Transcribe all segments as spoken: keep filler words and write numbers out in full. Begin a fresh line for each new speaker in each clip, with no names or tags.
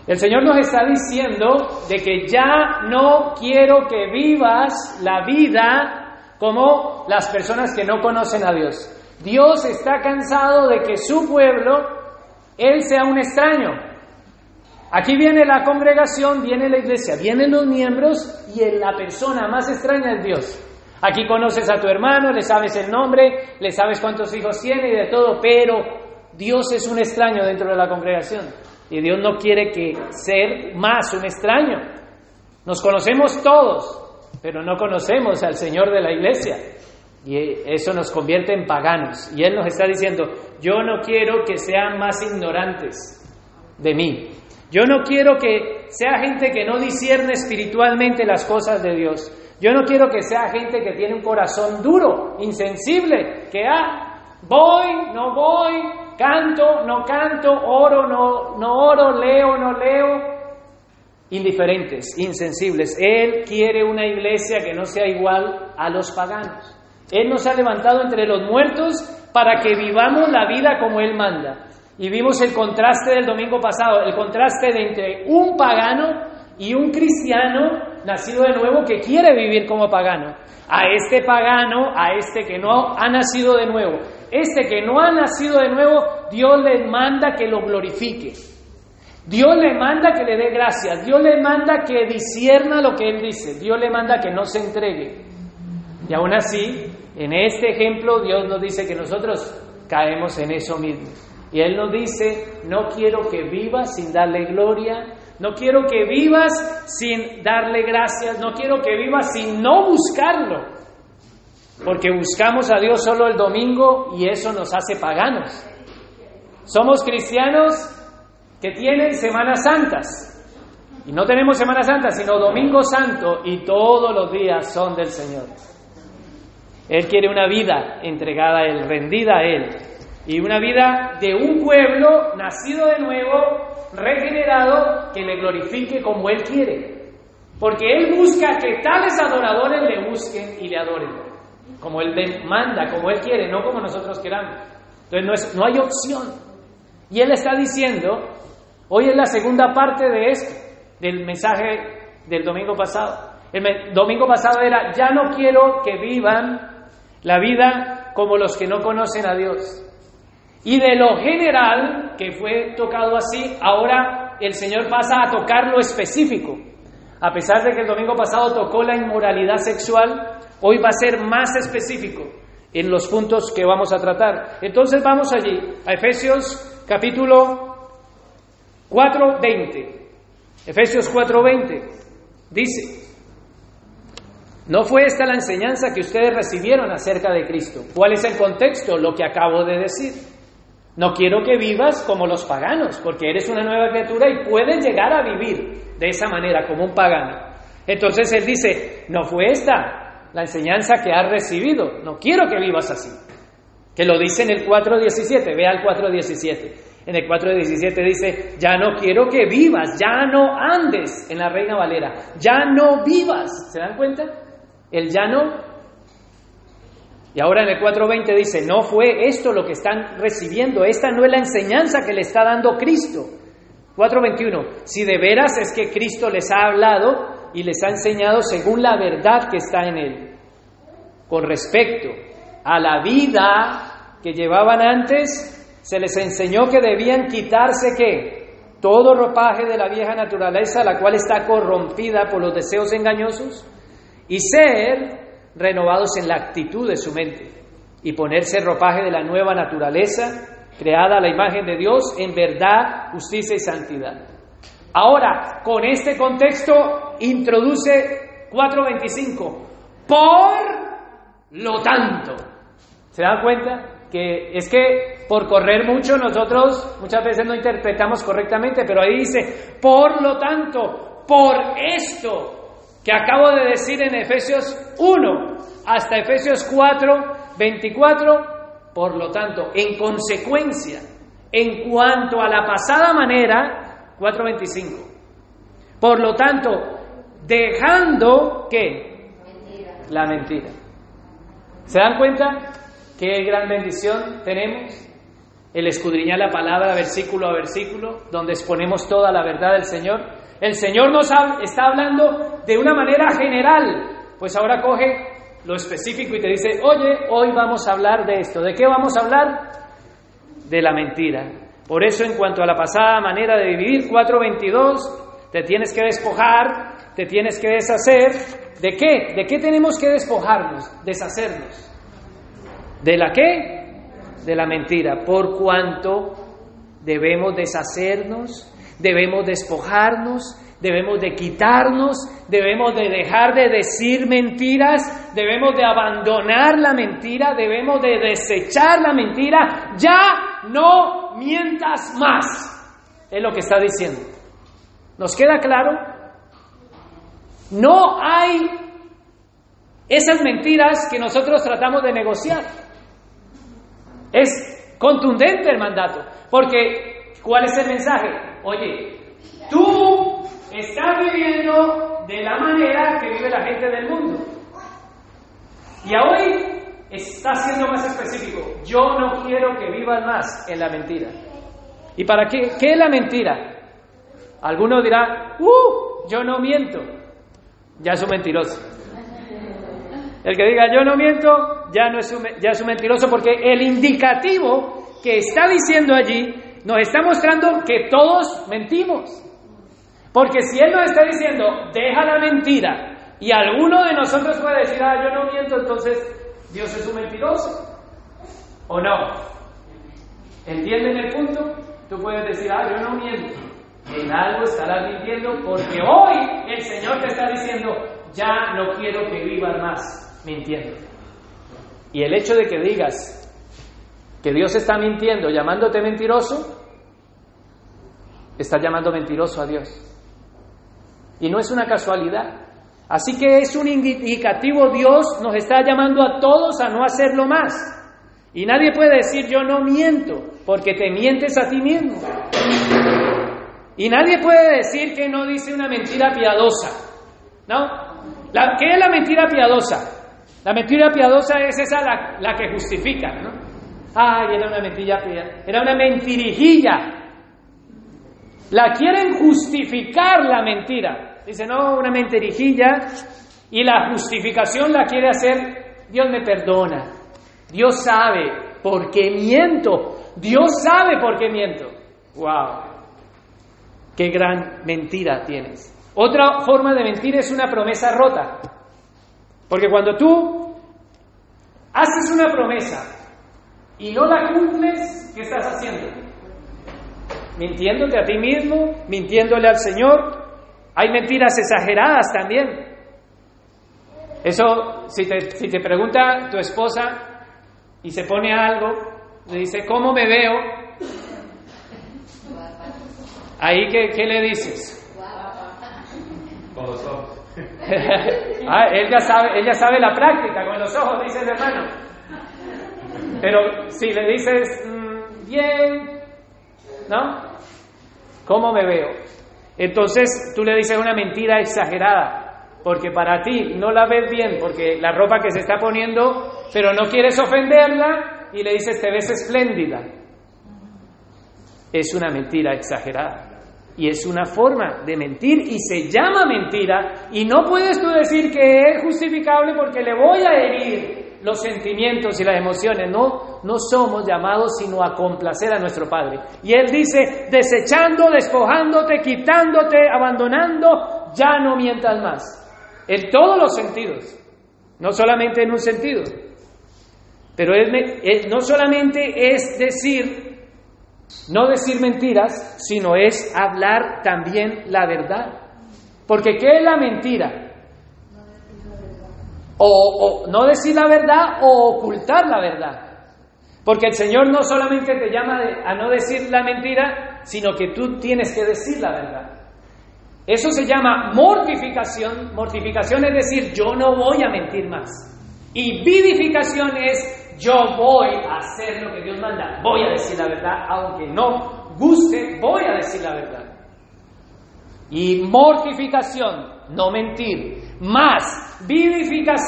El Señor nos está diciendo de que ya no quiero que vivas la vida como las personas que no conocen a Dios. Dios está cansado de que su pueblo, Él sea un extraño. Aquí viene la congregación, viene la iglesia, vienen los miembros y la persona más extraña es Dios. Aquí conoces a tu hermano, le sabes el nombre, le sabes cuántos hijos tiene y de todo, pero Dios es un extraño dentro de la congregación. Y Dios no quiere que ser más un extraño. Nos conocemos todos, pero no conocemos al Señor de la iglesia. Y eso nos convierte en paganos. Y Él nos está diciendo, yo no quiero que sean más ignorantes de mí. Yo no quiero que sea gente que no discierne espiritualmente las cosas de Dios. Yo no quiero que sea gente que tiene un corazón duro, insensible, que ah, voy, no voy, canto, no canto, oro, no, no oro, leo, no leo. Indiferentes, insensibles. Él quiere una iglesia que no sea igual a los paganos. Él nos ha levantado entre los muertos para que vivamos la vida como Él manda. Y vimos el contraste del domingo pasado, el contraste de entre un pagano y un cristiano nacido de nuevo que quiere vivir como pagano. A este pagano, a este que no ha nacido de nuevo, este que no ha nacido de nuevo, Dios le manda que lo glorifique. Dios le manda que le dé gracias. Dios le manda que discierna lo que Él dice. Dios le manda que no se entregue. Y aún así, en este ejemplo, Dios nos dice que nosotros caemos en eso mismo. Y Él nos dice, no quiero que vivas sin darle gloria, no quiero que vivas sin darle gracias, no quiero que vivas sin no buscarlo. Porque buscamos a Dios solo el domingo y eso nos hace paganos. Somos cristianos que tienen Semanas Santas. Y no tenemos Semana Santa, sino Domingo Santo, y todos los días son del Señor. Él quiere una vida entregada a Él, rendida a Él. Y una vida de un pueblo nacido de nuevo, regenerado, que le glorifique como Él quiere. Porque Él busca que tales adoradores le busquen y le adoren. Como Él manda, como Él quiere, no como nosotros queramos. Entonces no, es, no hay opción. Y Él está diciendo, hoy es la segunda parte de esto, del mensaje del domingo pasado. El me, domingo pasado era, ya no quiero que vivan la vida como los que no conocen a Dios. Y de lo general, que fue tocado así, ahora el Señor pasa a tocar lo específico. A pesar de que el domingo pasado tocó la inmoralidad sexual, hoy va a ser más específico en los puntos que vamos a tratar. Entonces vamos allí, a Efesios capítulo cuatro veinte. Efesios cuatro veinte dice, no fue esta la enseñanza que ustedes recibieron acerca de Cristo. ¿Cuál es el contexto? Lo que acabo de decir. No quiero que vivas como los paganos, porque eres una nueva criatura y puedes llegar a vivir de esa manera, como un pagano. Entonces Él dice, no fue esta la enseñanza que has recibido, no quiero que vivas así. Que lo dice en el cuatro diecisiete, vea el cuatro diecisiete. En el cuatro diecisiete dice, ya no quiero que vivas, ya no andes, en la Reina Valera, ya no vivas. ¿Se dan cuenta? El ya no. Y ahora en el cuatro veinte dice, no fue esto lo que están recibiendo, esta no es la enseñanza que le está dando Cristo. cuatro veintiuno, si de veras es que Cristo les ha hablado y les ha enseñado según la verdad que está en Él. Con respecto a la vida que llevaban antes, se les enseñó que debían quitarse ¿qué? Todo ropaje de la vieja naturaleza, la cual está corrompida por los deseos engañosos, y ser renovados en la actitud de su mente y ponerse ropaje de la nueva naturaleza creada a la imagen de Dios en verdad, justicia y santidad. Ahora, con este contexto introduce cuatro veinticinco, por lo tanto. ¿Se dan cuenta? Que es que por correr mucho nosotros muchas veces no interpretamos correctamente, pero ahí dice, por lo tanto, por esto que acabo de decir en Efesios uno hasta Efesios cuatro veinticuatro, por lo tanto, en consecuencia, en cuanto a la pasada manera, cuatro veinticinco, por lo tanto, dejando, ¿qué? Mentira. La mentira. ¿Se dan cuenta qué gran bendición tenemos? el escudriñar la palabra versículo a versículo, donde exponemos toda la verdad del Señor. El Señor nos ha, está hablando de una manera general, pues ahora coge lo específico y te dice, oye, hoy vamos a hablar de esto. ¿De qué vamos a hablar? De la mentira. Por eso, en cuanto a la pasada manera de vivir, cuatro veintidós, te tienes que despojar, te tienes que deshacer. ¿De qué? ¿De qué tenemos que despojarnos, deshacernos? ¿De la qué? De la mentira. Por cuanto debemos deshacernos, debemos despojarnos, debemos de quitarnos, debemos de dejar de decir mentiras, debemos de abandonar la mentira, debemos de desechar la mentira. Ya no mientas más, es lo que está diciendo. ¿Nos queda claro? No hay esas mentiras que nosotros tratamos de negociar. Es contundente el mandato, porque ¿cuál es el mensaje? Oye, tú estás viviendo de la manera que vive la gente del mundo. Y hoy está siendo más específico. Yo no quiero que vivas más en la mentira. ¿Y para qué? ¿Qué es la mentira? Algunos dirán, ¡uh! Yo no miento. Ya es un mentiroso. El que diga yo no miento, ya, no es un, ya es un mentiroso, porque el indicativo que está diciendo allí nos está mostrando que todos mentimos. Porque si Él nos está diciendo, deja la mentira, y alguno de nosotros puede decir, ah, yo no miento, entonces Dios es un mentiroso, ¿o no? ¿Entienden el punto? Tú puedes decir, ah, yo no miento. En algo estarás mintiendo, porque hoy el Señor te está diciendo, ya no quiero que vivas más mintiendo. Y el hecho de que digas que Dios está mintiendo, llamándote mentiroso, está llamando mentiroso a Dios. Y no es una casualidad. Así que es un indicativo. Dios nos está llamando a todos a no hacerlo más. Y nadie puede decir yo no miento, porque te mientes a ti mismo. Y nadie puede decir que no dice una mentira piadosa, ¿no? La, ¿qué es la mentira piadosa? La mentira piadosa es esa la, la que justifica, ¿no? Ay, era una mentira piadosa, era una mentirijilla. La quieren justificar la mentira. Dice, no, una mentirijilla, y la justificación la quiere hacer, Dios me perdona, Dios sabe por qué miento, Dios sabe por qué miento. ¡Wow! ¡Qué gran mentira tienes! Otra forma de mentir es una promesa rota, porque cuando tú haces una promesa y no la cumples, ¿qué estás haciendo? Mintiéndote a ti mismo, mintiéndole al Señor. Hay mentiras exageradas también. Eso, si te, si te pregunta tu esposa y se pone algo, le dice, ¿cómo me veo? Ahí, ¿qué, qué le dices?
Con los ojos.
Ah, él ya sabe, él ya sabe la práctica, con los ojos, dice el hermano. Pero si le dices, mmm, bien, ¿no? ¿Cómo me veo? Entonces tú le dices una mentira exagerada, porque para ti no la ves bien, porque la ropa que se está poniendo, pero no quieres ofenderla, y le dices te ves espléndida. Es una mentira exagerada, y es una forma de mentir, y se llama mentira, y no puedes tú decir que es justificable porque le voy a herir los sentimientos y las emociones. No, no somos llamados sino a complacer a nuestro Padre. Y Él dice, desechando, despojándote, quitándote, abandonando, ya no mientas más. En todos los sentidos, no solamente en un sentido. Pero él, él no solamente es decir, no decir mentiras, sino es hablar también la verdad. Porque ¿qué es la mentira? O, o no decir la verdad o ocultar la verdad. Porque el Señor no solamente te llama a no decir la mentira, sino que tú tienes que decir la verdad. Eso se llama mortificación. Mortificación es decir, yo no voy a mentir más. Y vivificación es, yo voy a hacer lo que Dios manda. Voy a decir la verdad, aunque no guste, voy a decir la verdad. Y mortificación, no mentir. Más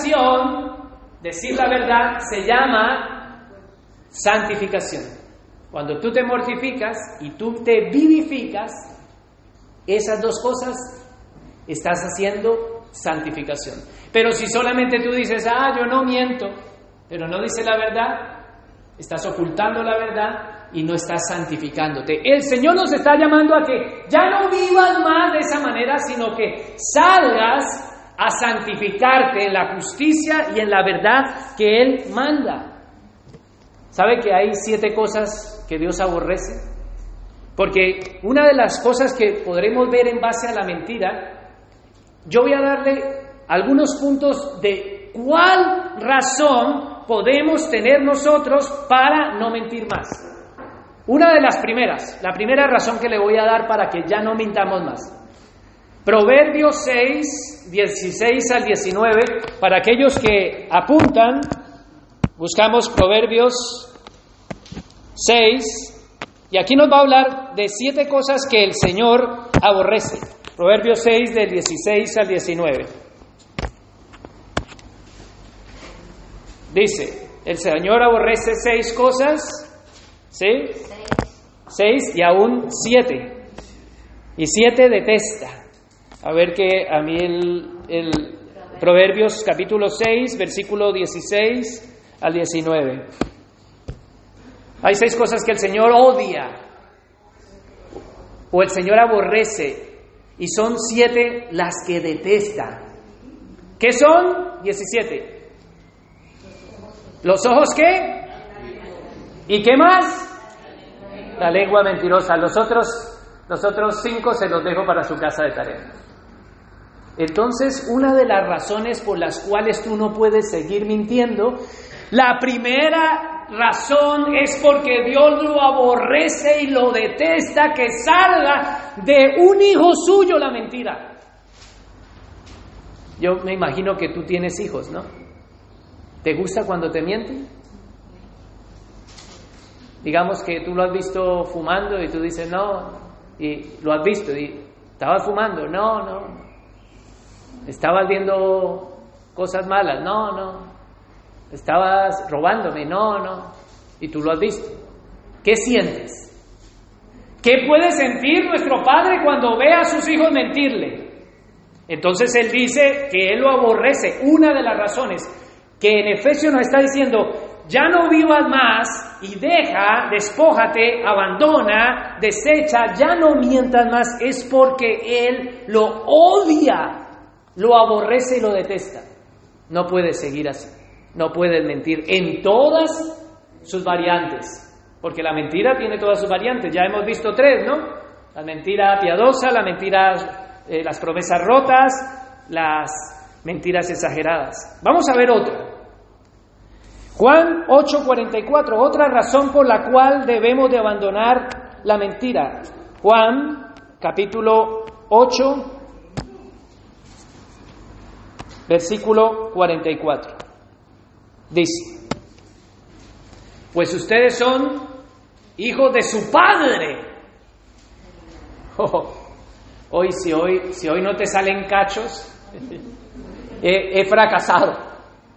vivificación, decir la verdad, se llama santificación. Cuando tú te mortificas y tú te vivificas, esas dos cosas estás haciendo santificación. Pero si solamente tú dices, ah, yo no miento, pero no dices la verdad, estás ocultando la verdad y no estás santificándote. El Señor nos está llamando a que ya no vivas más de esa manera, sino que salgas a santificarte en la justicia y en la verdad que Él manda. ¿Sabe que hay siete cosas que Dios aborrece? Porque una de las cosas que podremos ver en base a la mentira, yo voy a darle algunos puntos de cuál razón podemos tener nosotros para no mentir más. Una de las primeras, la primera razón que le voy a dar para que ya no mintamos más. Proverbios seis, dieciséis al diecinueve, para aquellos que apuntan, buscamos Proverbios seis, y aquí nos va a hablar de siete cosas que el Señor aborrece. Proverbios seis, del dieciséis al diecinueve. Dice, el Señor aborrece seis cosas, ¿sí? Seis y aún siete. Y siete detesta. A ver que a mí el, el Proverbios capítulo seis, versículo dieciséis al diecinueve. Hay seis cosas que el Señor odia o el Señor aborrece, y son siete las que detesta. ¿Qué son? diecisiete. ¿Los ojos qué? ¿Y qué más? La lengua mentirosa. Los otros, los otros cinco se los dejo para su casa de tarea. Entonces, una de las razones por las cuales tú no puedes seguir mintiendo, la primera razón es porque Dios lo aborrece y lo detesta, que salga de un hijo suyo la mentira. Yo me imagino que tú tienes hijos, ¿no? ¿Te gusta cuando te mienten? Digamos que tú lo has visto fumando y tú dices, no, y lo has visto, y estabas fumando, no, no, estabas viendo cosas malas, no, no, estabas robándome, no, no, y tú lo has visto. ¿Qué sientes? ¿Qué puede sentir nuestro padre cuando ve a sus hijos mentirle? Entonces él dice que él lo aborrece. Una de las razones que en Efesios nos está diciendo, ya no vivas más y deja, despójate, abandona, desecha, ya no mientas más, es porque él lo odia, lo aborrece y lo detesta. No puedes seguir así, no puedes mentir en todas sus variantes, porque la mentira tiene todas sus variantes. Ya hemos visto tres, ¿no? La mentira piadosa, la mentira, eh, las promesas rotas, las mentiras exageradas. Vamos a ver otra. Juan ocho cuarenta y cuatro, otra razón por la cual debemos de abandonar la mentira. Juan capítulo ocho, versículo cuarenta y cuatro. Dice, pues ustedes son hijos de su padre. Oh, hoy, si hoy, si hoy no te salen cachos, he, he fracasado.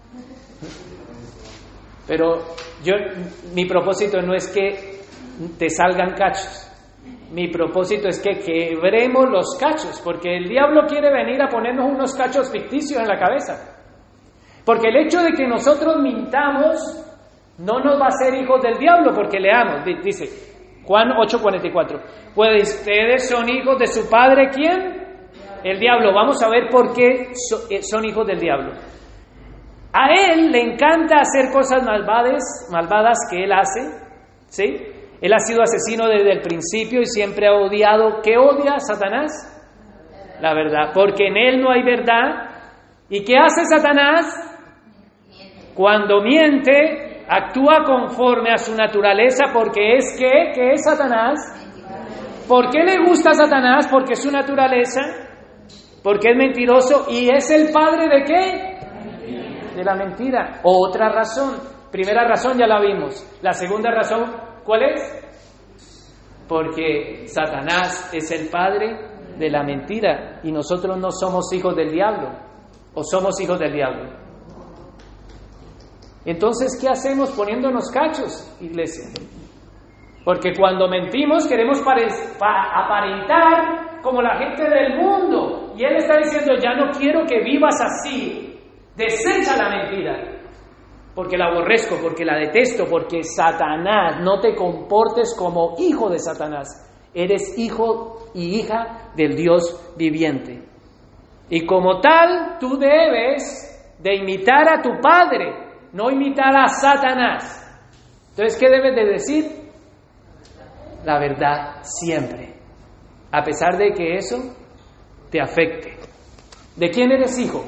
Pero yo, mi propósito no es que te salgan cachos. Mi propósito es que quebremos los cachos, porque el diablo quiere venir a ponernos unos cachos ficticios en la cabeza. Porque el hecho de que nosotros mintamos no nos va a hacer hijos del diablo, porque leamos, dice Juan ocho cuarenta y cuatro, pues ustedes son hijos de su padre, ¿quién? El diablo. Vamos a ver por qué son hijos del diablo. A él le encanta hacer cosas malvadas, malvadas que él hace, ¿sí? Él ha sido asesino desde el principio y siempre ha odiado. ¿Qué odia Satanás? La verdad, porque en él no hay verdad. ¿Y qué hace Satanás? Cuando miente, actúa conforme a su naturaleza, porque es que, ¿qué es Satanás? ¿Por qué le gusta a Satanás? Porque es su naturaleza, porque es mentiroso y es el padre ¿de qué? De la mentira. Otra razón. Primera razón ya la vimos. La segunda razón, ¿cuál es? Porque Satanás es el padre de la mentira y nosotros no somos hijos del diablo, o somos hijos del diablo. Entonces, ¿qué hacemos poniéndonos cachos, iglesia? Porque cuando mentimos queremos pare- pa- aparentar como la gente del mundo. Y Él está diciendo, ya no quiero que vivas así. Desecha la mentira. Porque la aborrezco, porque la detesto, porque Satanás, no te comportes como hijo de Satanás. Eres hijo y hija del Dios viviente. Y como tal, tú debes de imitar a tu padre, no imitar a Satanás. Entonces, ¿qué debes de decir? La verdad siempre, a pesar de que eso te afecte. ¿De quién eres hijo?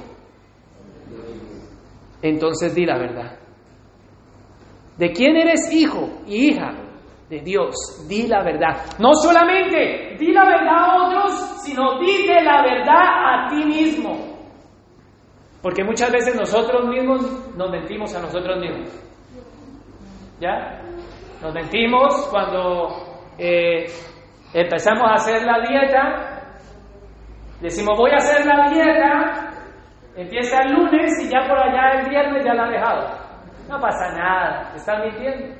Entonces di la verdad. ¿De quién eres hijo y hija? De Dios. Di la verdad. No solamente di la verdad a otros, sino dite la verdad a ti mismo. Porque muchas veces nosotros mismos nos mentimos a nosotros mismos. ¿Ya? Nos mentimos cuando eh, empezamos a hacer la dieta. Decimos, voy a hacer la dieta. Empieza el lunes y ya por allá el viernes ya la ha dejado. No pasa nada, están mintiendo.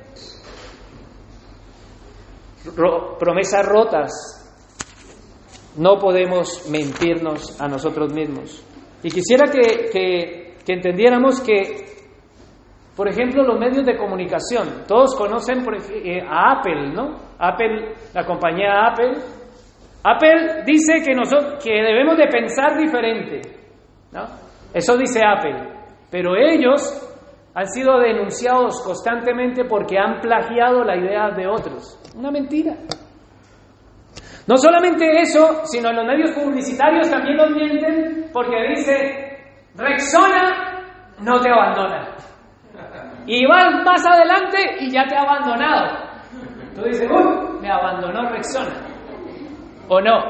Ro- promesas rotas. No podemos mentirnos a nosotros mismos. Y quisiera que, que, que entendiéramos que, por ejemplo, los medios de comunicación, todos conocen por, eh, a Apple, ¿no? Apple, la compañía Apple. Apple dice que, nosotros, que debemos de pensar diferente, ¿no? Eso dice Apple. Pero ellos han sido denunciados constantemente porque han plagiado la idea de otros. Una mentira. No solamente eso, sino en los medios publicitarios también nos mienten porque dice, Rexona no te abandona. Y vas más adelante y ya te ha abandonado. Tú dices, uy, me abandonó Rexona. ¿O no?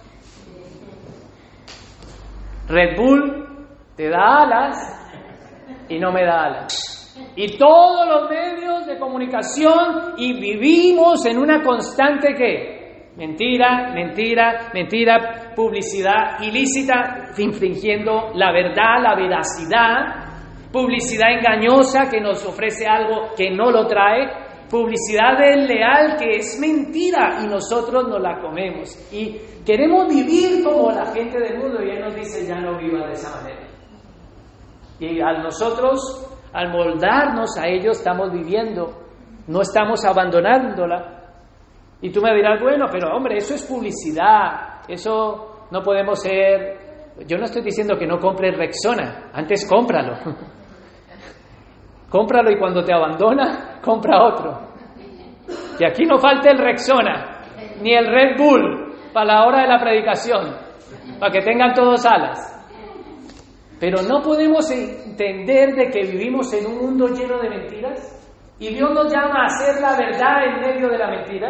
Red Bull te da alas y no me da alas. Y todos los medios de comunicación, y vivimos en una constante ¿qué? Mentira, mentira, mentira, publicidad ilícita, infringiendo la verdad, la veracidad, publicidad engañosa que nos ofrece algo que no lo trae, publicidad desleal que es mentira y nosotros nos la comemos. Y queremos vivir como la gente del mundo y Él nos dice, ya no viva de esa manera. Y al nosotros, al moldarnos a ellos, estamos viviendo, no estamos abandonándola. Y tú me dirás, bueno, pero hombre, eso es publicidad, eso no podemos ser... Yo no estoy diciendo que no compres Rexona, antes cómpralo. Cómpralo y cuando te abandona, compra otro. Y aquí no falta el Rexona, ni el Red Bull, para la hora de la predicación, para que tengan todos alas. Pero no podemos entender de que vivimos en un mundo lleno de mentiras y Dios nos llama a hacer la verdad en medio de la mentira.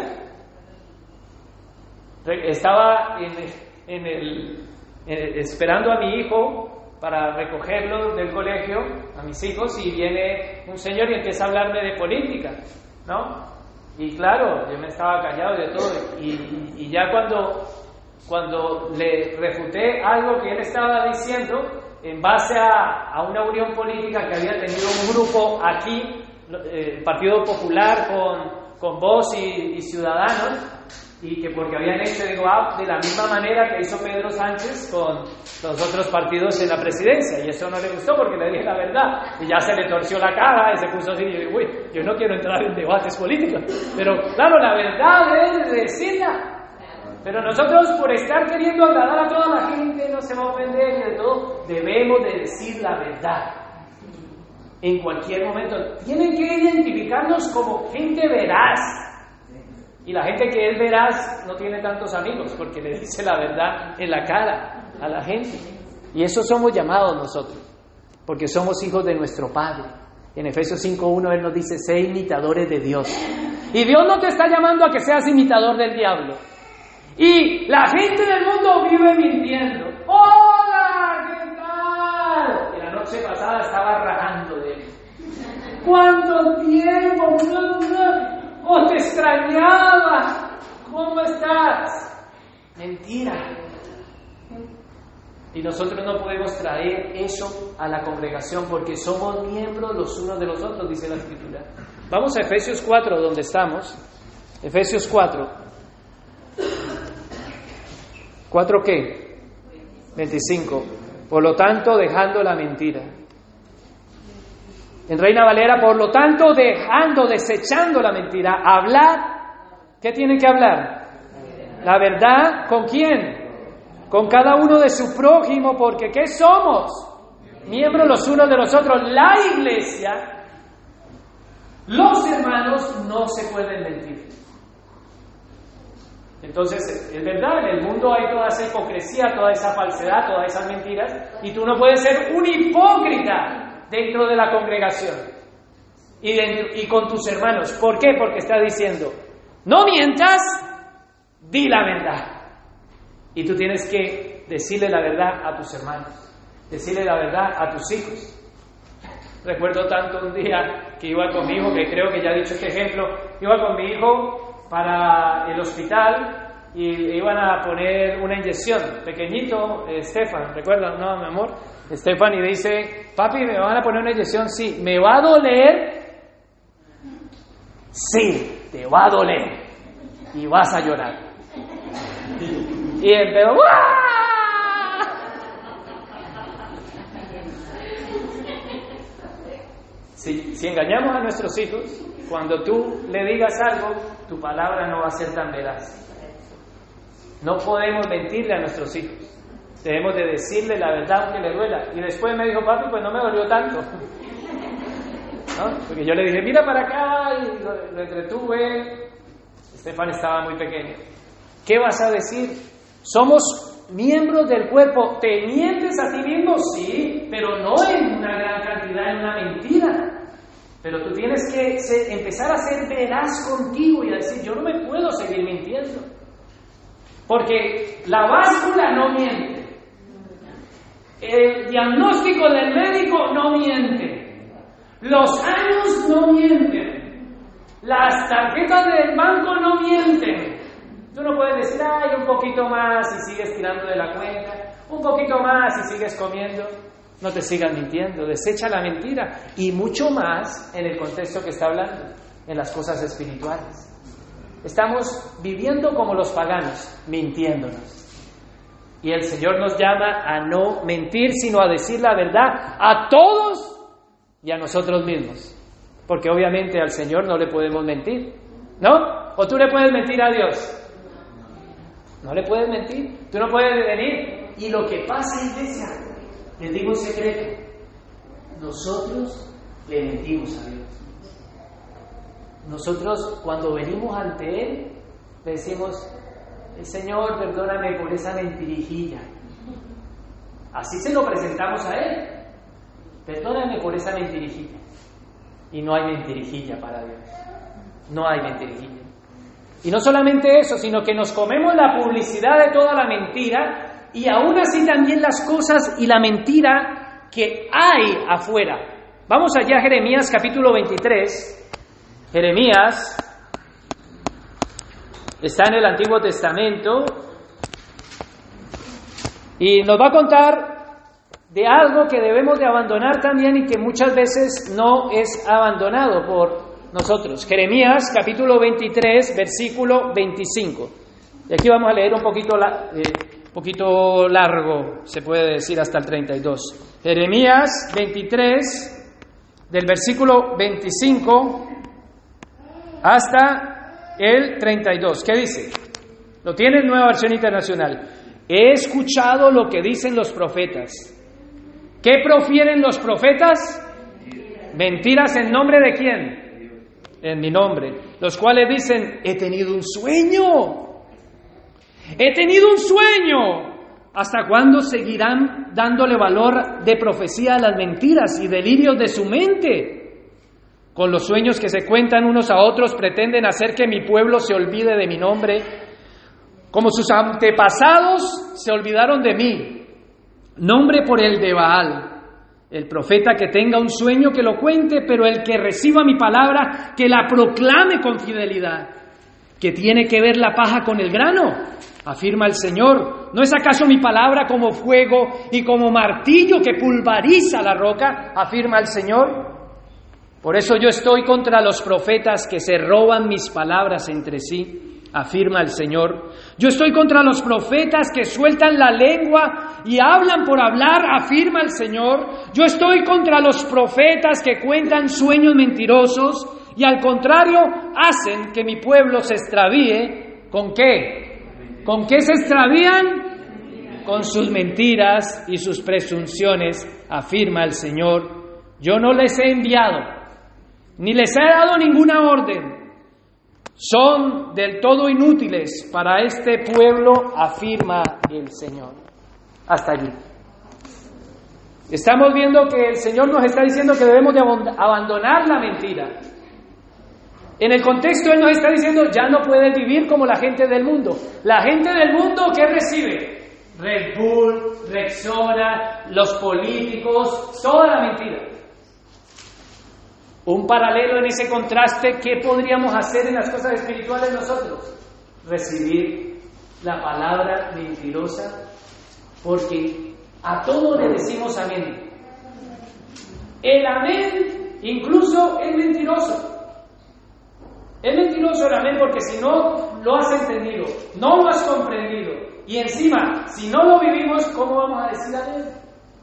Estaba en, en el, en, esperando a mi hijo para recogerlo del colegio, a mis hijos, y viene un señor y empieza a hablarme de política, ¿no? Y claro, yo me estaba callado de todo y, y ya cuando, cuando le refuté algo que él estaba diciendo, en base a, a una unión política que había tenido un grupo aquí, eh, el Partido Popular con, con Vox y, y Ciudadanos, y que porque habían hecho digo, ah, de la misma manera que hizo Pedro Sánchez con los otros partidos en la presidencia, y eso no le gustó porque le dije la verdad, y ya se le torció la cara y se puso así, y yo, uy, yo no quiero entrar en debates políticos, pero claro, la verdad es decirla. Pero nosotros, por estar queriendo agradar a toda la gente, no se va a ofender y de todo, debemos de decir la verdad. En cualquier momento. Tienen que identificarnos como gente veraz. Y la gente que es veraz no tiene tantos amigos, porque le dice la verdad en la cara a la gente. Y eso somos llamados nosotros, porque somos hijos de nuestro Padre. En Efesios cinco uno Él nos dice, sé imitadores de Dios. Y Dios no te está llamando a que seas imitador del diablo. Y la gente del mundo vive mintiendo. ¡Hola! ¿Qué tal? Y la noche pasada estaba rajando de él. ¿Cuánto tiempo? ¡Oh, te extrañaba! ¿Cómo estás? Mentira. Y nosotros no podemos traer eso a la congregación porque somos miembros los unos de los otros, dice la Escritura. Vamos a Efesios cuatro, donde estamos. Efesios cuatro. ¿cuatro qué? veinticinco. Por lo tanto, dejando la mentira. En Reina Valera, por lo tanto, dejando, desechando la mentira, hablar. ¿Qué tienen que hablar? La verdad, ¿con quién? Con cada uno de su prójimo, porque ¿qué somos? Miembros los unos de los otros. La iglesia, los hermanos, no se pueden mentir. Entonces, es verdad, en el mundo hay toda esa hipocresía, toda esa falsedad, todas esas mentiras, y tú no puedes ser un hipócrita dentro de la congregación y, dentro, y con tus hermanos. ¿Por qué? Porque está diciendo, no mientas, di la verdad. Y tú tienes que decirle la verdad a tus hermanos, decirle la verdad a tus hijos. Recuerdo tanto un día que iba con mi hijo, que creo que ya he dicho este ejemplo, iba con mi hijo para el hospital y iban a poner una inyección, pequeñito, Estefan, ¿recuerdan? No, mi amor, Estefan, y dice, papi, ¿me van a poner una inyección? Sí. ¿Me va a doler? Sí, te va a doler y vas a llorar. Y empezó, ¡guau! Si, si engañamos a nuestros hijos, cuando tú le digas algo, tu palabra no va a ser tan veraz. No podemos mentirle a nuestros hijos. Debemos de decirle la verdad aunque le duela. Y después me dijo, papi, pues no me dolió tanto. ¿No? Porque yo le dije, mira para acá, y lo, lo entretuve. Estefan estaba muy pequeño. ¿Qué vas a decir? Somos miembros del cuerpo. ¿Te mientes a ti mismo? Sí, pero no en una gran cantidad, en una mentira. Pero tú tienes que ser, empezar a ser veraz contigo y a decir, yo no me puedo seguir mintiendo. Porque la báscula no miente. El diagnóstico del médico no miente. Los años no mienten. Las tarjetas del banco no mienten. Tú no puedes decir, ay, un poquito más y sigues tirando de la cuenta, un poquito más y sigues comiendo. No te sigas mintiendo, desecha la mentira. Y mucho más en el contexto que está hablando, en las cosas espirituales. Estamos viviendo como los paganos, mintiéndonos. Y el Señor nos llama a no mentir, sino a decir la verdad a todos y a nosotros mismos. Porque obviamente al Señor no le podemos mentir, ¿no? ¿O tú le puedes mentir a Dios? No le puedes mentir. Tú no puedes venir. Y lo que pasa, iglesia, les digo un secreto. Nosotros le mentimos a Dios. Nosotros cuando venimos ante Él, le decimos, Señor, perdóname por esa mentirijilla. Así se lo presentamos a Él. Perdóname por esa mentirijilla. Y no hay mentirijilla para Dios. No hay mentirijilla. Y no solamente eso, sino que nos comemos la publicidad de toda la mentira y aún así también las cosas y la mentira que hay afuera. Vamos allá a Jeremías capítulo veintitrés. Jeremías está en el Antiguo Testamento y nos va a contar de algo que debemos de abandonar también y que muchas veces no es abandonado por nosotros. Jeremías capítulo veintitrés, versículo veinticinco. Y aquí vamos a leer un poquito, la, eh, poquito largo, se puede decir hasta el treinta y dos. Jeremías veintitrés, del versículo veinticinco hasta el treinta y dos. ¿Qué dice? Lo tiene en Nueva Versión Internacional. He escuchado lo que dicen los profetas. ¿Qué profieren los profetas? Mentiras en nombre de quién? En mi nombre, los cuales dicen, he tenido un sueño, he tenido un sueño. ¿Hasta cuándo seguirán dándole valor de profecía a las mentiras y delirios de su mente? Con los sueños que se cuentan unos a otros pretenden hacer que mi pueblo se olvide de mi nombre, como sus antepasados se olvidaron de mí. Nombre por el de Baal. El profeta que tenga un sueño que lo cuente, pero el que reciba mi palabra, que la proclame con fidelidad. ¿Qué tiene que ver la paja con el grano? Afirma el Señor. ¿No es acaso mi palabra como fuego y como martillo que pulveriza la roca? Afirma el Señor. Por eso yo estoy contra los profetas que se roban mis palabras entre sí, afirma el Señor. Yo estoy contra los profetas que sueltan la lengua y hablan por hablar, afirma el Señor. Yo estoy contra los profetas que cuentan sueños mentirosos y al contrario hacen que mi pueblo se extravíe. ¿Con qué? ¿Con qué se extravían? Con sus mentiras y sus presunciones, afirma el Señor. Yo no les he enviado, ni les he dado ninguna orden. Son del todo inútiles para este pueblo, afirma el Señor. Hasta allí. Estamos viendo que el Señor nos está diciendo que debemos de abandonar la mentira. En el contexto Él nos está diciendo, ya no puedes vivir como la gente del mundo. La gente del mundo, ¿qué recibe? Red Bull, Rexona, los políticos, toda la mentira. Un paralelo en ese contraste, ¿qué podríamos hacer en las cosas espirituales nosotros? Recibir la palabra mentirosa, porque a todo le decimos amén. El amén incluso es mentiroso. Es mentiroso el amén porque si no lo has entendido, no lo has comprendido, y encima, si no lo vivimos, ¿cómo vamos a decir amén?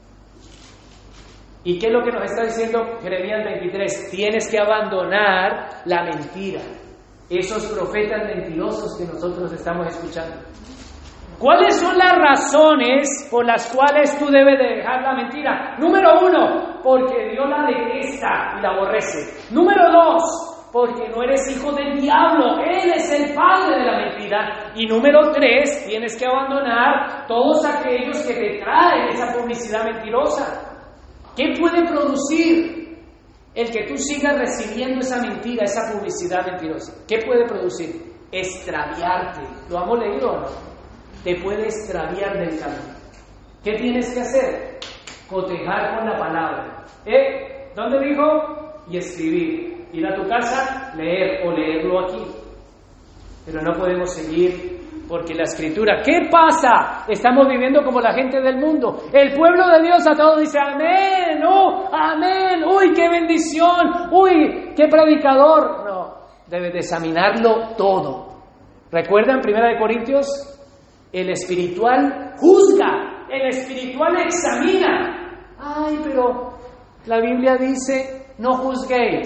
¿Y qué es lo que nos está diciendo Jeremías veintitrés? Tienes que abandonar la mentira. Esos profetas mentirosos que nosotros estamos escuchando. ¿Cuáles son las razones por las cuales tú debes de dejar la mentira? Número uno, porque Dios la detesta y la aborrece. Número dos, porque no eres hijo del diablo. Él es el padre de la mentira. Y número tres, tienes que abandonar todos aquellos que te traen esa publicidad mentirosa. ¿Qué puede producir el que tú sigas recibiendo esa mentira, esa publicidad mentirosa? ¿Qué puede producir? Extraviarte. ¿Lo hemos leído o no? Te puede extraviar del camino. ¿Qué tienes que hacer? Cotejar con la palabra. ¿Eh? ¿Dónde dijo? Y escribir. Ir a tu casa, leer o leerlo aquí. Pero no podemos seguir porque la Escritura, ¿qué pasa? Estamos viviendo como la gente del mundo. El pueblo de Dios a todos dice amén, oh, amén, uy, qué bendición, uy, qué predicador. No, debes de examinarlo todo. ¿Recuerdan primera de Corintios? El espiritual juzga, el espiritual examina. Ay, pero la Biblia dice, no juzguéis.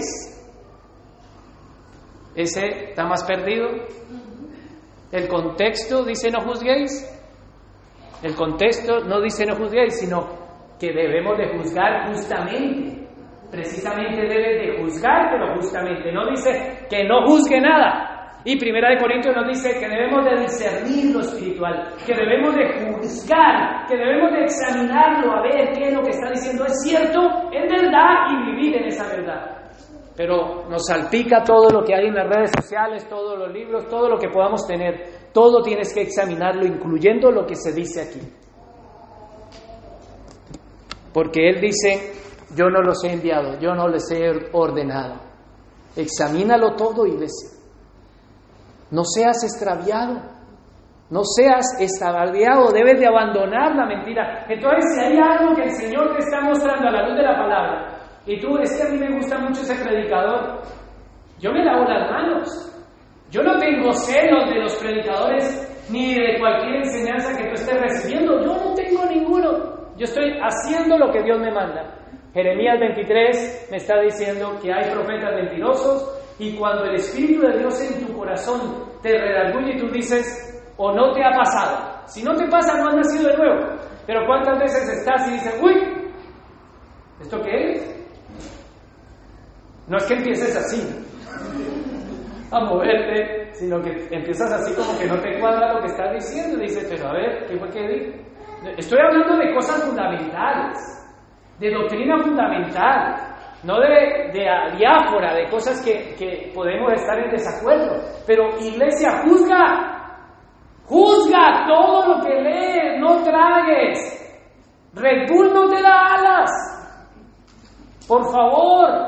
¿Ese está más perdido? El contexto dice no juzguéis. El contexto no dice no juzguéis, sino que debemos de juzgar justamente. Precisamente debes de juzgar, pero justamente. No dice que no juzgue nada. Y Primera de Corintios nos dice que debemos de discernir lo espiritual, que debemos de juzgar, que debemos de examinarlo, a ver qué es lo que está diciendo es cierto, es verdad, y vivir en esa verdad. Pero nos salpica todo lo que hay en las redes sociales, todos los libros, todo lo que podamos tener. Todo tienes que examinarlo, incluyendo lo que se dice aquí. Porque Él dice, yo no los he enviado, yo no les he ordenado. Examínalo todo, iglesia. No seas extraviado, no seas extraviado, debes de abandonar la mentira. Entonces, si hay algo que el Señor te está mostrando a la luz de la palabra, y tú, es que a mí me gusta mucho ese predicador, yo me lavo las manos. Yo no tengo celos de los predicadores ni de cualquier enseñanza que tú estés recibiendo. Yo no tengo ninguno. Yo estoy haciendo lo que Dios me manda. Jeremías veintitrés me está diciendo que hay profetas mentirosos, y cuando el Espíritu de Dios en tu corazón te redarguye y tú dices, o no te ha pasado. Si no te pasa, no has nacido de nuevo. Pero ¿cuántas veces estás y dices, uy, ¿esto qué es? No es que empieces así a moverte, sino que empiezas así como que no te cuadra lo que estás diciendo. Y dices, pero a ver, ¿qué fue que dije? Estoy hablando de cosas fundamentales, de doctrina fundamental, no de, de diáfora, de cosas que, que podemos estar en desacuerdo. Pero iglesia, juzga, juzga todo lo que lees, no tragues. Red Bull no te da alas, por favor.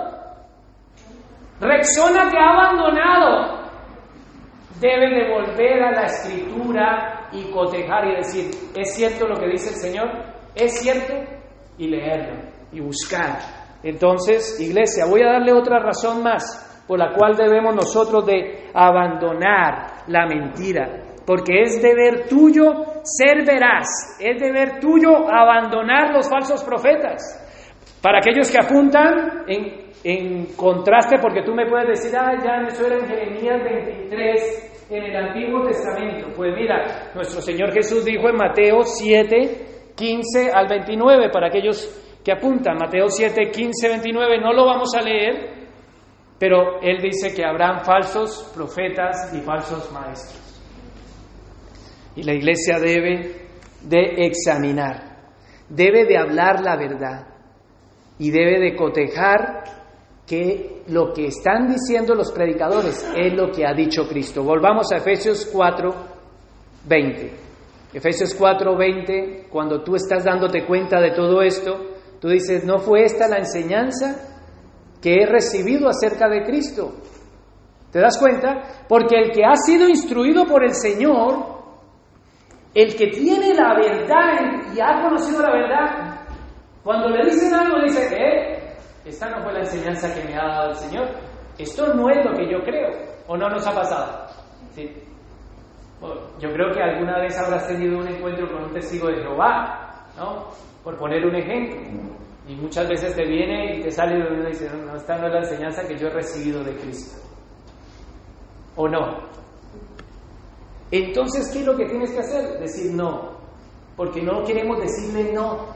Rexona te ha abandonado. Debe de volver a la Escritura y cotejar y decir, ¿es cierto lo que dice el Señor? ¿Es cierto? Y leerlo y buscar Entonces, iglesia, voy a darle otra razón más por la cual debemos nosotros de abandonar la mentira. Porque es deber tuyo ser veraz, es deber tuyo abandonar los falsos profetas. Para aquellos que apuntan en, en contraste, porque tú me puedes decir, ah, ya eso era en Jeremías veintitrés, en el Antiguo Testamento. Pues mira, nuestro Señor Jesús dijo en Mateo siete, quince al veintinueve, para aquellos que apuntan, Mateo siete, quince, veintinueve, no lo vamos a leer, pero Él dice que habrán falsos profetas y falsos maestros. Y la iglesia debe de examinar, debe de hablar la verdad y debe de cotejar que lo que están diciendo los predicadores es lo que ha dicho Cristo. Volvamos a Efesios cuatro, veinte. Efesios cuatro, veinte, cuando tú estás dándote cuenta de todo esto, tú dices, ¿no fue esta la enseñanza que he recibido acerca de Cristo? ¿Te das cuenta? Porque el que ha sido instruido por el Señor, el que tiene la verdad y ha conocido la verdad, cuando le dicen algo, dice, ¿eh? Esta no fue la enseñanza que me ha dado el Señor. Esto no es lo que yo creo. ¿O no nos ha pasado? ¿Sí? Bueno, yo creo que alguna vez habrás tenido un encuentro con un testigo de Jehová, ¿no? Por poner un ejemplo. Y muchas veces te viene y te sale y uno dice, no, esta no es la enseñanza que yo he recibido de Cristo. ¿O no? Entonces, ¿qué es lo que tienes que hacer? Decir no, porque no queremos decirle no.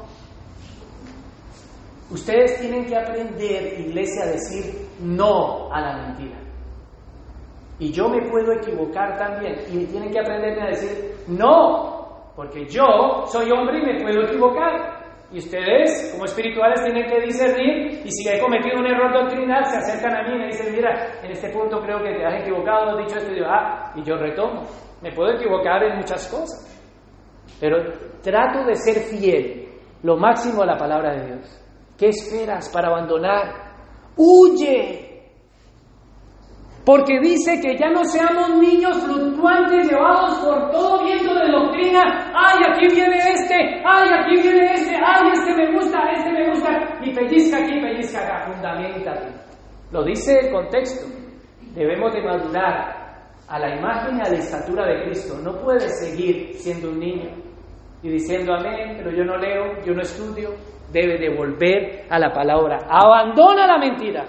Ustedes tienen que aprender, iglesia, a decir no a la mentira. Y yo me puedo equivocar también, y tienen que aprenderme a decir no, porque yo soy hombre y me puedo equivocar. Y ustedes, como espirituales, tienen que discernir, y si he cometido un error doctrinal, se acercan a mí y me dicen, mira, en este punto creo que te has equivocado, has dicho esto, y yo, ah, y yo retomo. Me puedo equivocar en muchas cosas, pero trato de ser fiel, lo máximo a la palabra de Dios. ¿Qué esperas para abandonar? ¡Huye! Porque dice que ya no seamos niños fluctuantes llevados por todo viento de doctrina. ¡Ay, aquí viene este! ¡Ay, aquí viene este! ¡Ay, este me gusta! ¡Este me gusta! Y pellizca aquí, pellizca acá. Fundamentate. Lo dice el contexto. Debemos de madurar a la imagen y a la estatura de Cristo. No puedes seguir siendo un niño y diciendo amén, pero yo no leo, yo no estudio. Debe de volver a la palabra. Abandona la mentira.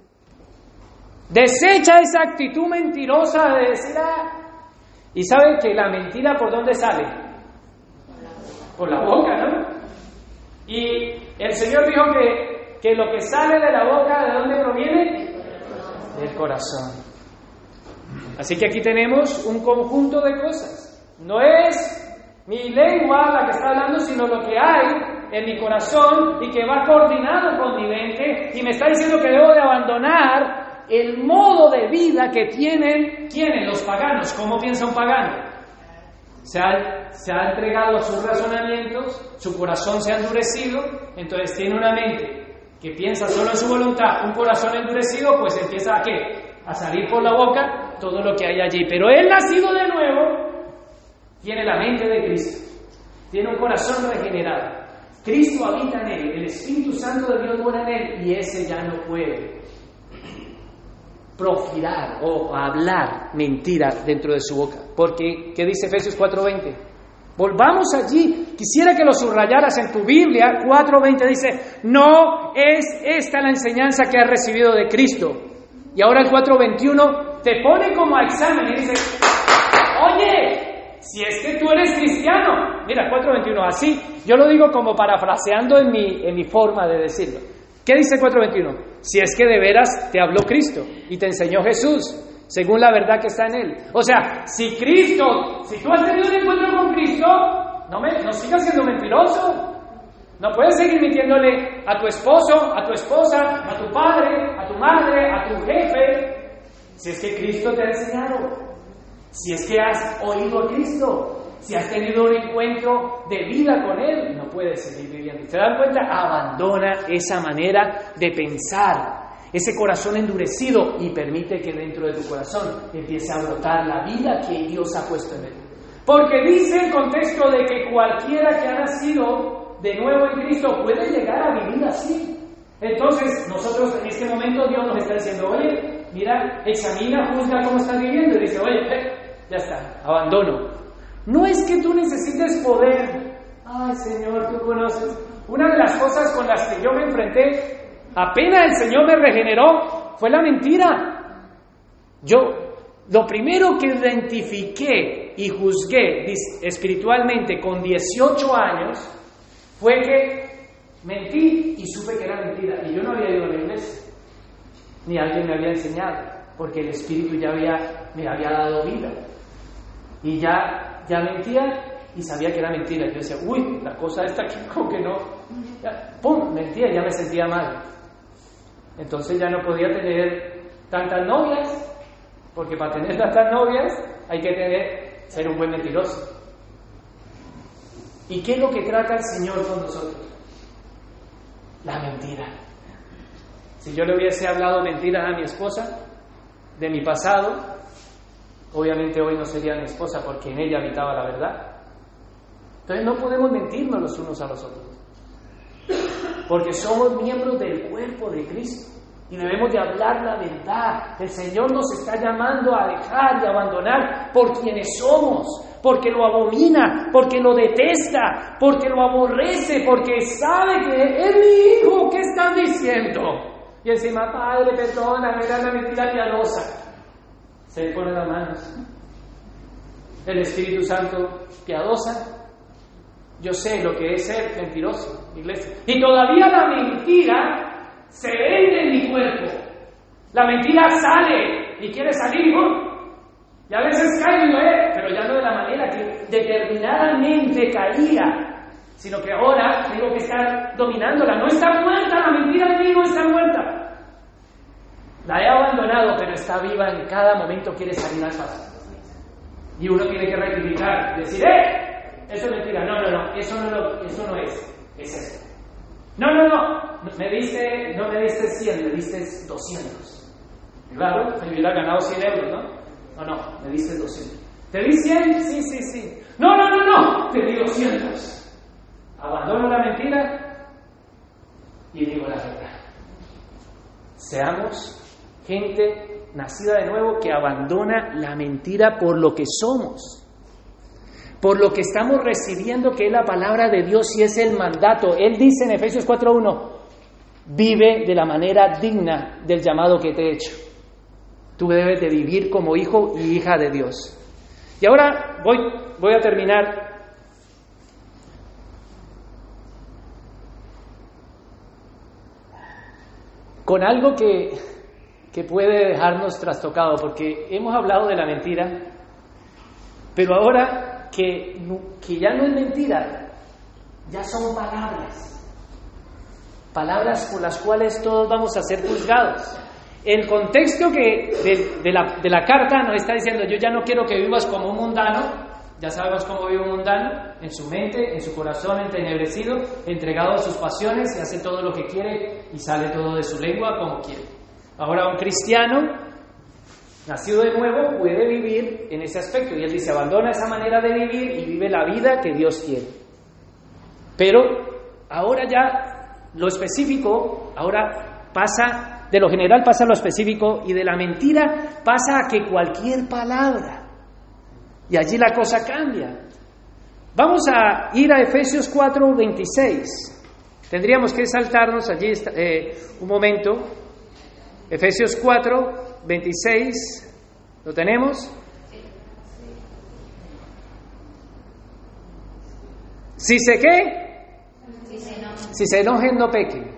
Desecha esa actitud mentirosa de decir, ah. Y sabe que la mentira, ¿por dónde sale? Por la boca, ¿no? Y el Señor dijo que, que lo que sale de la boca, ¿de dónde proviene? Del corazón. Así que aquí tenemos un conjunto de cosas. No es mi lengua la que está hablando, sino lo que hay en mi corazón y que va coordinado con mi mente y me está diciendo que debo de abandonar el modo de vida que tienen, ¿quiénes? Los paganos. ¿Cómo piensa un pagano? Se ha, se ha entregado a sus razonamientos, su corazón se ha endurecido, entonces tiene una mente que piensa solo en su voluntad, un corazón endurecido, pues empieza a ¿qué? A salir por la boca todo lo que hay allí. Pero él, nacido de nuevo, tiene la mente de Cristo, tiene un corazón regenerado. Cristo habita en él, el Espíritu Santo de Dios mora en él, y ese ya no puede profilar o hablar mentira dentro de su boca. Porque, ¿qué dice Efesios cuatro veinte? Volvamos allí. Quisiera que lo subrayaras en tu Biblia. cuatro veinte dice, no es esta la enseñanza que has recibido de Cristo. Y ahora el cuatro veintiuno te pone como a examen y dice, oye, si es que tú eres cristiano. Mira, cuatro veintiuno, así, yo lo digo como parafraseando en mi, en mi forma de decirlo. ¿Qué dice cuatro veintiuno? Si es que de veras te habló Cristo y te enseñó Jesús, según la verdad que está en él. O sea, si Cristo, si tú has tenido un encuentro con Cristo, no, me, no sigas siendo mentiroso. No puedes seguir mintiéndole a tu esposo, a tu esposa, a tu padre, a tu madre, a tu jefe. Si es que Cristo te ha enseñado, si es que has oído a Cristo, si has tenido un encuentro de vida con Él, no puedes seguir viviendo. ¿Se dan cuenta? Abandona esa manera de pensar, ese corazón endurecido, y permite que dentro de tu corazón empiece a brotar la vida que Dios ha puesto en él. Porque dice el contexto de que cualquiera que ha nacido de nuevo en Cristo puede llegar a vivir así. Entonces, nosotros en este momento Dios nos está diciendo, oye, mira, examina, juzga cómo estás viviendo. Y dice, oye, eh, ya está, abandono. No es que tú necesites poder. Ay, Señor, tú conoces. Una de las cosas con las que yo me enfrenté, apenas el Señor me regeneró, fue la mentira. Yo, lo primero que identifiqué y juzgué espiritualmente con dieciocho años fue que mentí y supe que era mentira. Y yo no había ido a la iglesia, ni alguien me había enseñado, porque el Espíritu ya había, me había dado vida. Y ya, ya mentía y sabía que era mentira. Yo decía, uy, la cosa esta aquí como que no. Ya, pum, mentía, ya me sentía mal. Entonces ya no podía tener tantas novias, porque para tener tantas novias hay que tener, ser un buen mentiroso. ¿Y qué es lo que trata el Señor con nosotros? La mentira. Si yo le hubiese hablado mentiras a mi esposa de mi pasado, obviamente hoy no sería mi esposa porque en ella habitaba la verdad. Entonces no podemos mentirnos los unos a los otros, porque somos miembros del cuerpo de Cristo y debemos de hablar la verdad. El Señor nos está llamando a dejar y abandonar por quienes somos, porque lo abomina, porque lo detesta, porque lo aborrece, porque sabe que es mi hijo. ¿Qué estás diciendo? Y encima, Padre, perdóname, era una mentira piadosa. Se le ponen las manos. El Espíritu Santo, piadosa. Yo sé lo que es ser mentiroso, iglesia. Y todavía la mentira se vende en mi cuerpo. La mentira sale y quiere salir y ¡oh! Y a veces caigo y lo es, pero ya no de la manera que determinadamente caía, sino que ahora tengo que estar dominándola. No está muerta, la mentira de mí no está muerta. La he abandonado, pero está viva en cada momento, quiere salir al paso. Y uno tiene que rectificar, decir, ¡eh! Eso es mentira. No, no, no, eso no, lo, eso no es, es eso. No, no, no, me diste, no me diste cien, me diste doscientos. Claro, me hubiera ganado cien euros, ¿no? No, no, me diste doscientos. ¿Te di cien? Sí, sí, sí. No, no, no, no, te di doscientos. Abandono la mentira y digo la verdad. Seamos gente nacida de nuevo que abandona la mentira por lo que somos, por lo que estamos recibiendo, que es la palabra de Dios y es el mandato. Él dice en Efesios cuatro uno, vive de la manera digna del llamado que te he hecho. Tú debes de vivir como hijo y hija de Dios. Y ahora voy, voy a terminar con algo que, que puede dejarnos trastocados, porque hemos hablado de la mentira, pero ahora que, que ya no es mentira, ya son palabras, palabras por las cuales todos vamos a ser juzgados. El contexto que de, de, la, de la carta nos está diciendo, yo ya no quiero que vivas como un mundano. Ya sabemos cómo vive un mundano, en su mente, en su corazón entenebrecido, entregado a sus pasiones y hace todo lo que quiere y sale todo de su lengua como quiere. Ahora un cristiano nacido de nuevo puede vivir en ese aspecto, y él dice, abandona esa manera de vivir y vive la vida que Dios quiere. Pero ahora ya lo específico, ahora pasa, de lo general pasa a lo específico, y de la mentira pasa a que cualquier palabra, y allí la cosa cambia. Vamos a ir a Efesios cuatro veintiséis. Tendríamos que saltarnos allí eh, un momento. Efesios cuatro veintiséis, ¿lo tenemos? Si se qué, si se enojen no pequen.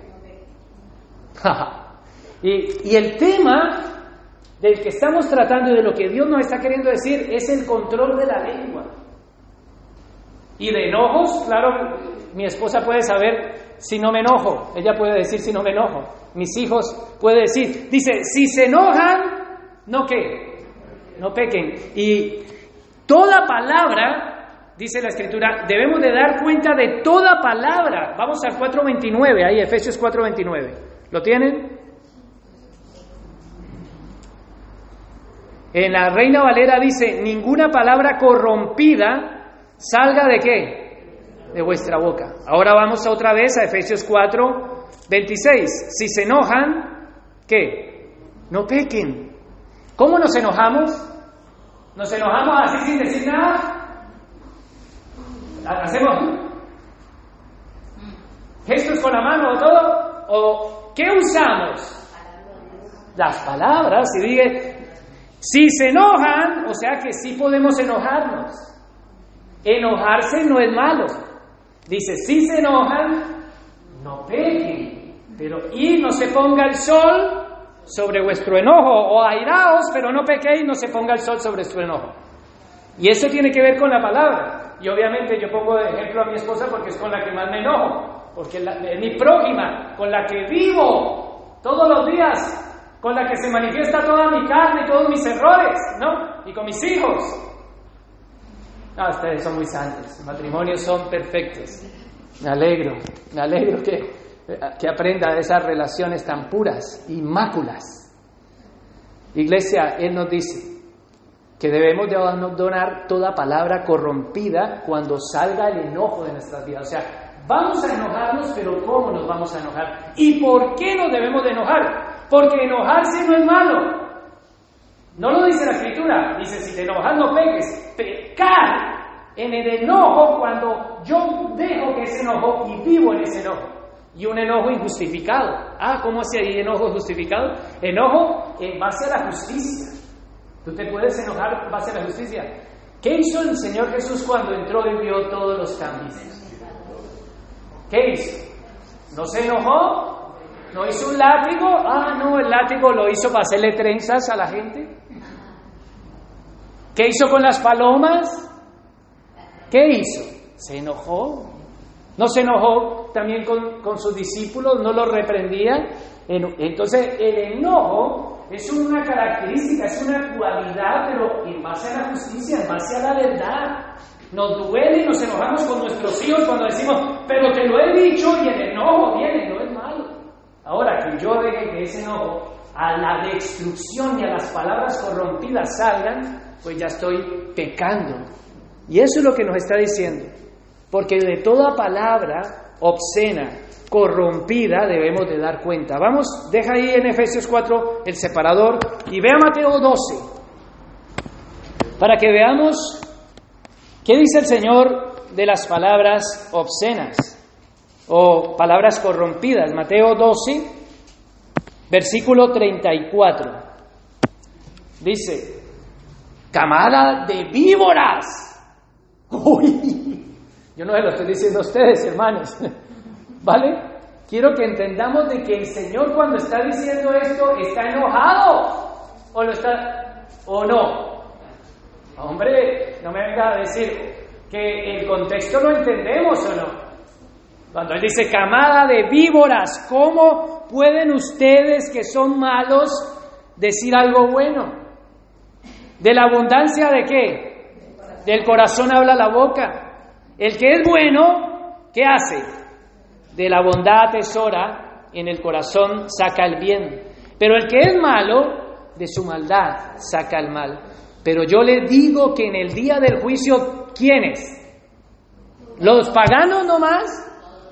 y, y el tema del que estamos tratando y de lo que Dios nos está queriendo decir es el control de la lengua. Y de enojos, claro, mi esposa puede saber si no me enojo, ella puede decir si no me enojo, mis hijos puede decir, dice, si se enojan, no qué, no pequen. Y toda palabra, dice la Escritura, debemos de dar cuenta de toda palabra. Vamos al cuatro veintinueve, ahí Efesios cuatro veintinueve, ¿lo tienen? En la Reina Valera dice, ninguna palabra corrompida salga de qué, de vuestra boca. Ahora vamos otra vez a Efesios cuatro, veintiséis. Si se enojan, ¿qué? No pequen. ¿Cómo nos enojamos? ¿Nos enojamos así sin decir nada? ¿Hacemos gestos con la mano o todo? ¿O qué usamos? Las palabras. Y dije, si se enojan, o sea que sí podemos enojarnos. Enojarse no es malo. Dice, si se enojan, no pequen. Pero y no se ponga el sol sobre vuestro enojo. O airaos, pero no pequéis, no se ponga el sol sobre vuestro enojo. Y eso tiene que ver con la palabra. Y obviamente yo pongo de ejemplo a mi esposa porque es con la que más me enojo. Porque es mi prójima, con la que vivo todos los días. Con la que se manifiesta toda mi carne y todos mis errores, ¿no? Y con mis hijos. Ah, ustedes son muy santos, los matrimonios son perfectos. Me alegro, me alegro que, que aprenda de esas relaciones tan puras, inmáculas. Iglesia, Él nos dice que debemos de abandonar toda palabra corrompida cuando salga el enojo de nuestras vidas. O sea, vamos a enojarnos, pero ¿cómo nos vamos a enojar? ¿Y por qué nos debemos de enojar? Porque enojarse no es malo. No lo dice la Escritura. Dice, si te enojas no peques. Pecar en el enojo cuando yo dejo que ese enojo y vivo en ese enojo. Y un enojo injustificado. Ah, ¿cómo así hay enojo injustificado? Enojo en base a la justicia. Tú te puedes enojar en base a la justicia. ¿Qué hizo el Señor Jesús cuando entró y vio todos los cambios? ¿Qué hizo? ¿No se enojó? ¿No hizo un látigo? Ah, no, el látigo lo hizo para hacerle trenzas a la gente. ¿Qué hizo con las palomas? ¿Qué hizo? ¿Se enojó? ¿No se enojó también con, con sus discípulos? ¿No los reprendía? Entonces, el enojo es una característica, es una cualidad, pero en base a la justicia, en base a la verdad. Nos duele y nos enojamos con nuestros hijos cuando decimos, pero te lo he dicho, y el enojo viene, no es malo. Ahora que yo deje que ese enojo a la destrucción y a las palabras corrompidas salgan, pues ya estoy pecando. Y eso es lo que nos está diciendo. Porque de toda palabra obscena, corrompida, debemos de dar cuenta. Vamos, deja ahí en Efesios cuatro el separador y vea Mateo doce. Para que veamos qué dice el Señor de las palabras obscenas o palabras corrompidas. Mateo doce, versículo treinta y cuatro. Dice, camada de víboras. Uy, yo no se lo estoy diciendo a ustedes, hermanos. ¿Vale? Quiero que entendamos de que el Señor cuando está diciendo esto está enojado. ¿O lo está? ¿O no? Hombre, no me venga a decir que el contexto lo entendemos o no. Cuando Él dice camada de víboras, ¿cómo pueden ustedes que son malos decir algo bueno? ¿De la abundancia de qué? Del corazón habla la boca. El que es bueno, ¿qué hace? De la bondad atesora, en el corazón saca el bien. Pero el que es malo, de su maldad saca el mal. Pero yo les digo que en el día del juicio, ¿quiénes? ¿Los paganos nomás?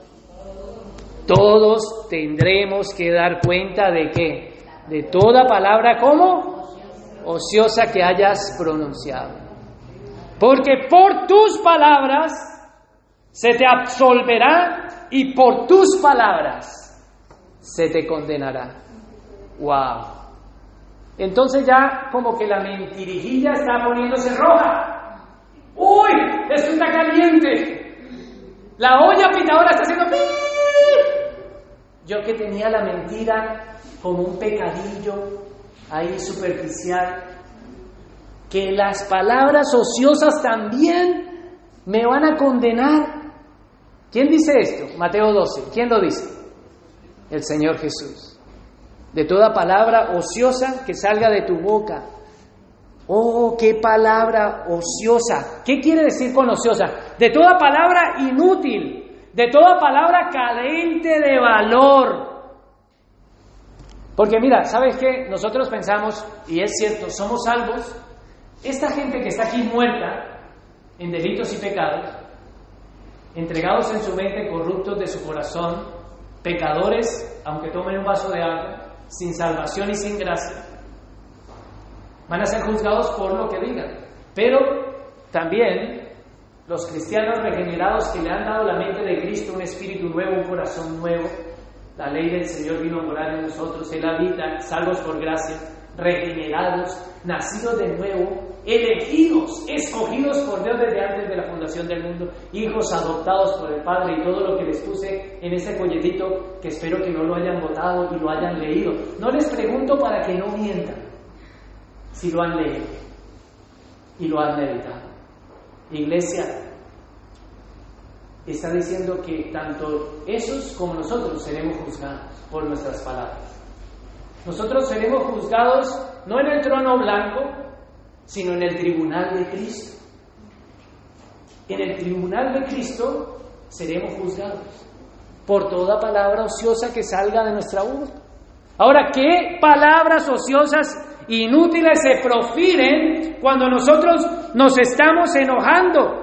Todos tendremos que dar cuenta de qué, de toda palabra como ociosa que hayas pronunciado. Porque por tus palabras se te absolverá y por tus palabras se te condenará. ¡Wow! Entonces ya como que la mentirijilla está poniéndose roja. ¡Uy! Esto está caliente. La olla pitadora está haciendo ¡pi! Yo que tenía la mentira como un pecadillo ahí superficial, que las palabras ociosas también me van a condenar. ¿Quién dice esto? Mateo doce. ¿Quién lo dice? El Señor Jesús. De toda palabra ociosa que salga de tu boca. Oh, qué palabra ociosa. ¿Qué quiere decir con ociosa? De toda palabra inútil. De toda palabra carente de valor. Porque mira, ¿sabes qué? Nosotros pensamos, y es cierto, somos salvos. Esta gente que está aquí muerta en delitos y pecados, entregados en su mente, corruptos de su corazón, pecadores, aunque tomen un vaso de agua, sin salvación y sin gracia. Van a ser juzgados por lo que digan. Pero también los cristianos regenerados que le han dado la mente de Cristo, un espíritu nuevo, un corazón nuevo, la ley del Señor vino a morar en nosotros, Él habita, salvos por gracia, regenerados, nacidos de nuevo, elegidos, escogidos por Dios desde antes de la fundación del mundo, hijos adoptados por el Padre, y todo lo que les puse en ese folletito, que espero que no lo hayan votado y lo hayan leído. No les pregunto para que no mientan, si lo han leído y lo han meditado. Iglesia, está diciendo que tanto esos como nosotros seremos juzgados por nuestras palabras. Nosotros seremos juzgados no en el trono blanco, sino en el tribunal de Cristo. En el tribunal de Cristo seremos juzgados por toda palabra ociosa que salga de nuestra boca. Ahora, ¿qué palabras ociosas inútiles se profieren cuando nosotros nos estamos enojando?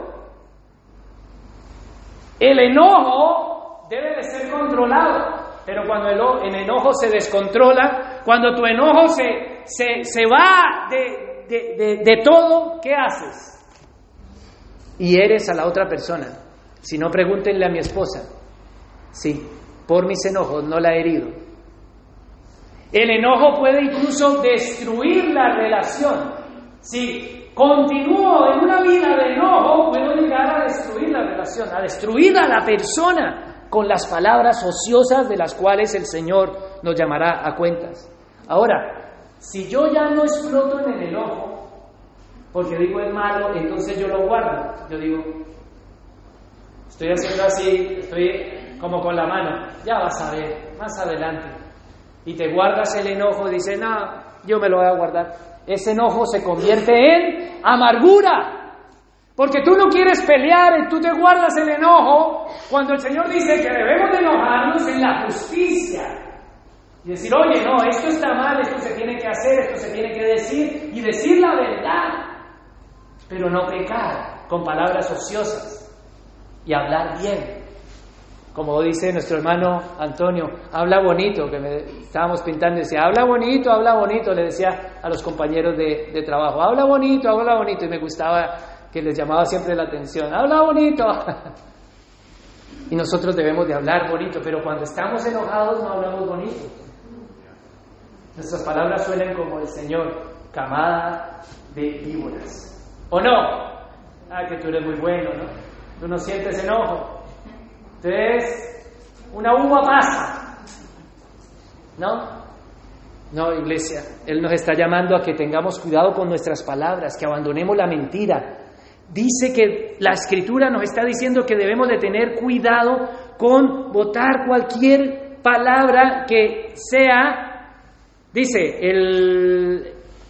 El enojo debe de ser controlado, pero cuando el, el enojo se descontrola, cuando tu enojo se, se, se va de, de, de, de todo, ¿qué haces? Hieres a la otra persona. Si no, pregúntenle a mi esposa. Sí, por mis enojos no la he herido. El enojo puede incluso destruir la relación. Si continúo en una vida de enojo, puedo llegar a destruir la relación, a destruir a la persona con las palabras ociosas de las cuales el Señor nos llamará a cuentas. Ahora, si yo ya no exploto en el enojo, porque digo es malo, entonces yo lo guardo. Yo digo, estoy haciendo así, estoy como con la mano, ya vas a ver, más adelante. Y te guardas el enojo, dice, no, yo me lo voy a guardar. Ese enojo se convierte en amargura, porque tú no quieres pelear y tú te guardas el enojo, cuando el Señor dice que debemos de enojarnos en la justicia y decir, oye, no, esto está mal, esto se tiene que hacer, esto se tiene que decir, y decir la verdad, pero no pecar con palabras ociosas y hablar bien. Como dice nuestro hermano Antonio, habla bonito, que me estábamos pintando, decía, habla bonito, habla bonito, le decía a los compañeros de, de trabajo, habla bonito, habla bonito, y me gustaba que les llamaba siempre la atención, habla bonito. Y nosotros debemos de hablar bonito, pero cuando estamos enojados no hablamos bonito. Nuestras palabras suenan como el Señor, camada de víboras. ¿O no? Ah, que tú eres muy bueno, ¿no? Tú no sientes enojo. Entonces, una uva pasa, ¿no? No, iglesia, Él nos está llamando a que tengamos cuidado con nuestras palabras, que abandonemos la mentira. Dice que la Escritura nos está diciendo que debemos de tener cuidado con botar cualquier palabra que sea, dice el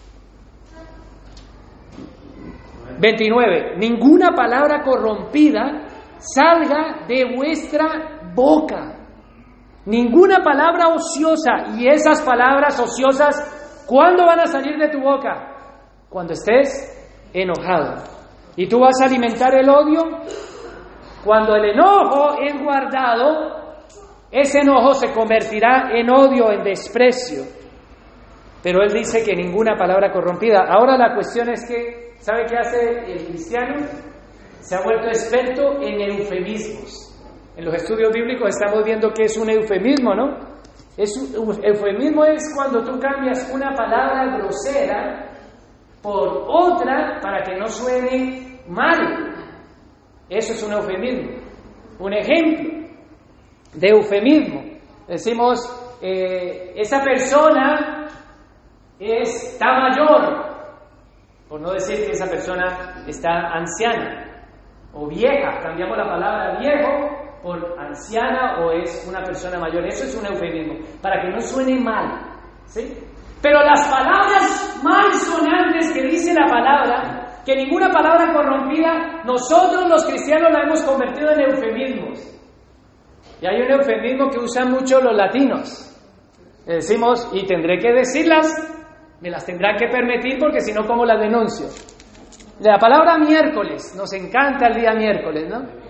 veintinueve, ninguna palabra corrompida salga de vuestra boca, ninguna palabra ociosa. Y esas palabras ociosas, ¿cuándo van a salir de tu boca? Cuando estés enojado. ¿Y tú vas a alimentar el odio? Cuando el enojo es guardado, ese enojo se convertirá en odio, en desprecio. Pero Él dice que ninguna palabra corrompida. Ahora la cuestión es que, ¿sabe qué hace el cristiano? Se ha vuelto experto en eufemismos. En los estudios bíblicos estamos viendo que es un eufemismo, ¿no? Es un, eufemismo es cuando tú cambias una palabra grosera por otra para que no suene mal. Eso es un eufemismo. Un ejemplo de eufemismo. Decimos, eh, esa persona está mayor, por no decir que esa persona está anciana o vieja. Cambiamos la palabra viejo por anciana o es una persona mayor. Eso es un eufemismo, para que no suene mal, ¿sí? Pero las palabras malsonantes que dice la palabra, que ninguna palabra corrompida, nosotros los cristianos la hemos convertido en eufemismos. Y hay un eufemismo que usan mucho los latinos. Le decimos, y tendré que decirlas, me las tendrán que permitir porque si no, ¿cómo las denuncio? La palabra miércoles, nos encanta el día miércoles, ¿no?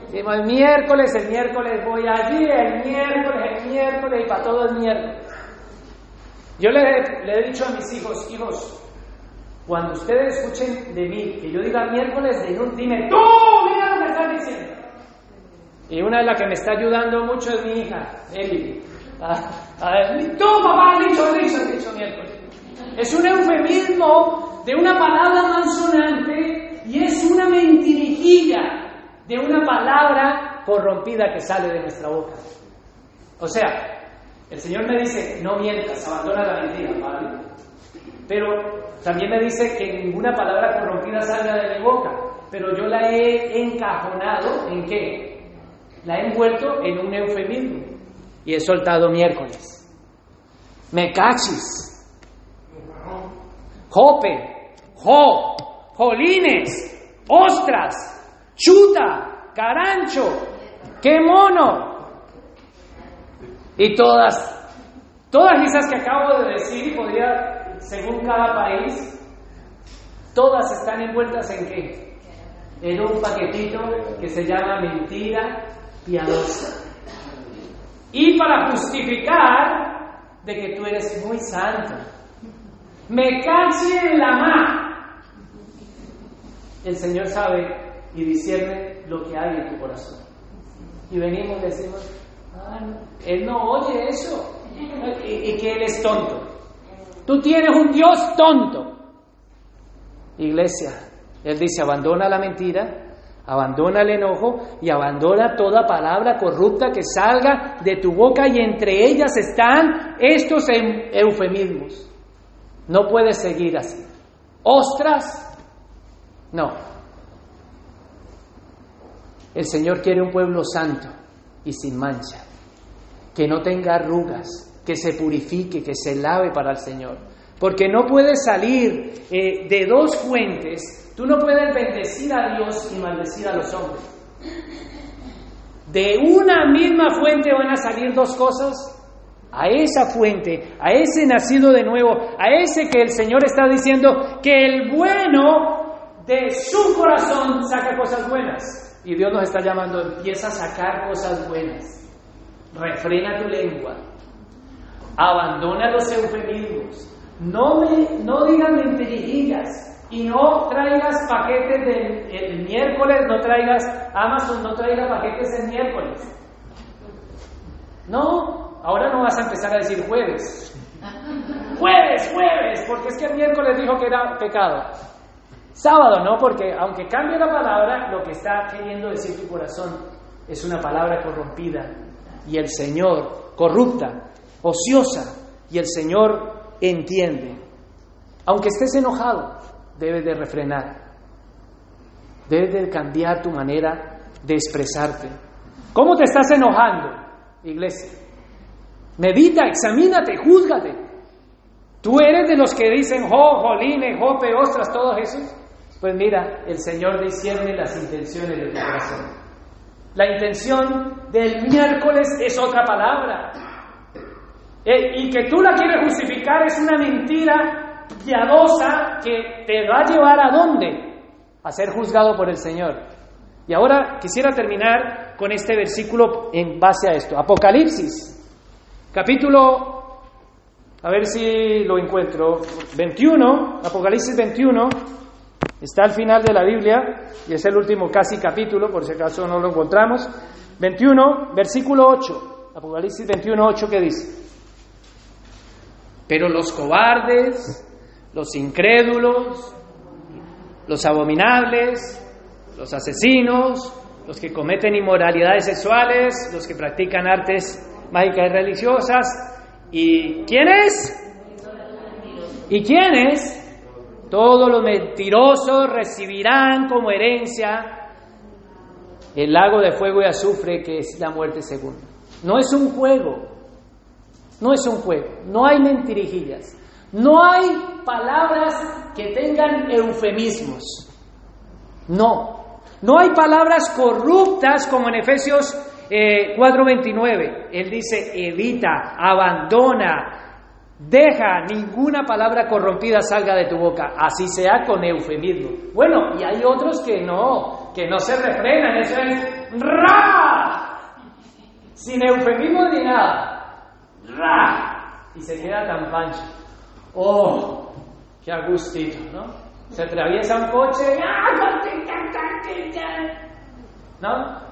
El miércoles, el miércoles voy allí, el miércoles, el miércoles y para todo el miércoles. Yo le, le he dicho a mis hijos, hijos, cuando ustedes escuchen de mí, que yo diga miércoles, dime, tú, mira lo que estás diciendo. Y una de las que me está ayudando mucho es mi hija, Eli. A, a, tú, papá, has dicho, has dicho, has dicho miércoles. Es un eufemismo de una palabra malsonante y es una mentirijilla de una palabra corrompida que sale de nuestra boca. O sea, el Señor me dice, no mientas, abandona la mentira, ¿vale? Pero también me dice que ninguna palabra corrompida salga de mi boca, pero yo la he encajonado, ¿en qué? La he envuelto en un eufemismo y he soltado miércoles. Me cachis. Jope, jo, jolines, ostras, chuta, carancho, qué mono. Y todas, todas esas que acabo de decir, podría, según cada país, todas están envueltas en qué? En un paquetito que se llama mentira piadosa. Y para justificar de que tú eres muy santo. Me caché en la ma. El Señor sabe y discierne lo que hay en tu corazón. Y venimos y decimos, ah, no, Él no oye eso. Y, y que Él es tonto. Tú tienes un Dios tonto. Iglesia, Él dice, abandona la mentira, abandona el enojo y abandona toda palabra corrupta que salga de tu boca, y entre ellas están estos eufemismos. No puedes seguir así. ¿Ostras? No. El Señor quiere un pueblo santo y sin mancha, que no tenga arrugas, que se purifique, que se lave para el Señor. Porque no puedes salir eh, de dos fuentes. Tú no puedes bendecir a Dios y maldecir a los hombres. De una misma fuente van a salir dos cosas. A esa fuente, a ese nacido de nuevo, a ese que el Señor está diciendo que el bueno de su corazón saca cosas buenas. Y Dios nos está llamando, empieza a sacar cosas buenas. Refrena tu lengua. Abandona los eufemismos. No, me, no digas mentirijillas. Y no traigas paquetes del el miércoles, no traigas Amazon, no traigas paquetes el miércoles. No. Ahora no vas a empezar a decir jueves. Jueves, jueves, porque es que el miércoles dijo que era pecado. Sábado no, porque aunque cambie la palabra, lo que está queriendo decir tu corazón es una palabra corrompida. Y el Señor, corrupta, ociosa, y el Señor entiende. Aunque estés enojado, debes de refrenar. Debes de cambiar tu manera de expresarte. ¿Cómo te estás enojando, iglesia? Medita, examínate, júzgate. ¿Tú eres de los que dicen jo, jolines, jope, ostras, todos esos? Pues mira, el Señor discierne las intenciones de tu corazón. La intención del miércoles es otra palabra. Eh, y que tú la quieres justificar es una mentira piadosa que te va a llevar a ¿dónde? A ser juzgado por el Señor. Y ahora quisiera terminar con este versículo en base a esto. Apocalipsis. Capítulo, a ver si lo encuentro, veintiuno, Apocalipsis veintiuno, está al final de la Biblia, y es el último casi capítulo, por si acaso no lo encontramos. veintiuno, versículo ocho, Apocalipsis veintiuno, ocho, ¿qué dice? Pero los cobardes, los incrédulos, los abominables, los asesinos, los que cometen inmoralidades sexuales, los que practican artes mágicas y religiosas, ¿y quiénes? ¿Y quiénes? Todos los mentirosos recibirán como herencia el lago de fuego y azufre, que es la muerte segunda. No es un juego, no es un juego, no hay mentirijillas, no hay palabras que tengan eufemismos, no, no hay palabras corruptas como en Efesios Eh, cuatro veintinueve, él dice, evita, abandona, deja, ninguna palabra corrompida salga de tu boca, así sea con eufemismo. Bueno, y hay otros que no, que no se refrenan, eso es ¡ra! Sin eufemismo ni nada. ¡Ra! Y se queda tan pancho. ¡Oh! ¡Qué agustito!, ¿no? Se atraviesa un coche, ¿no?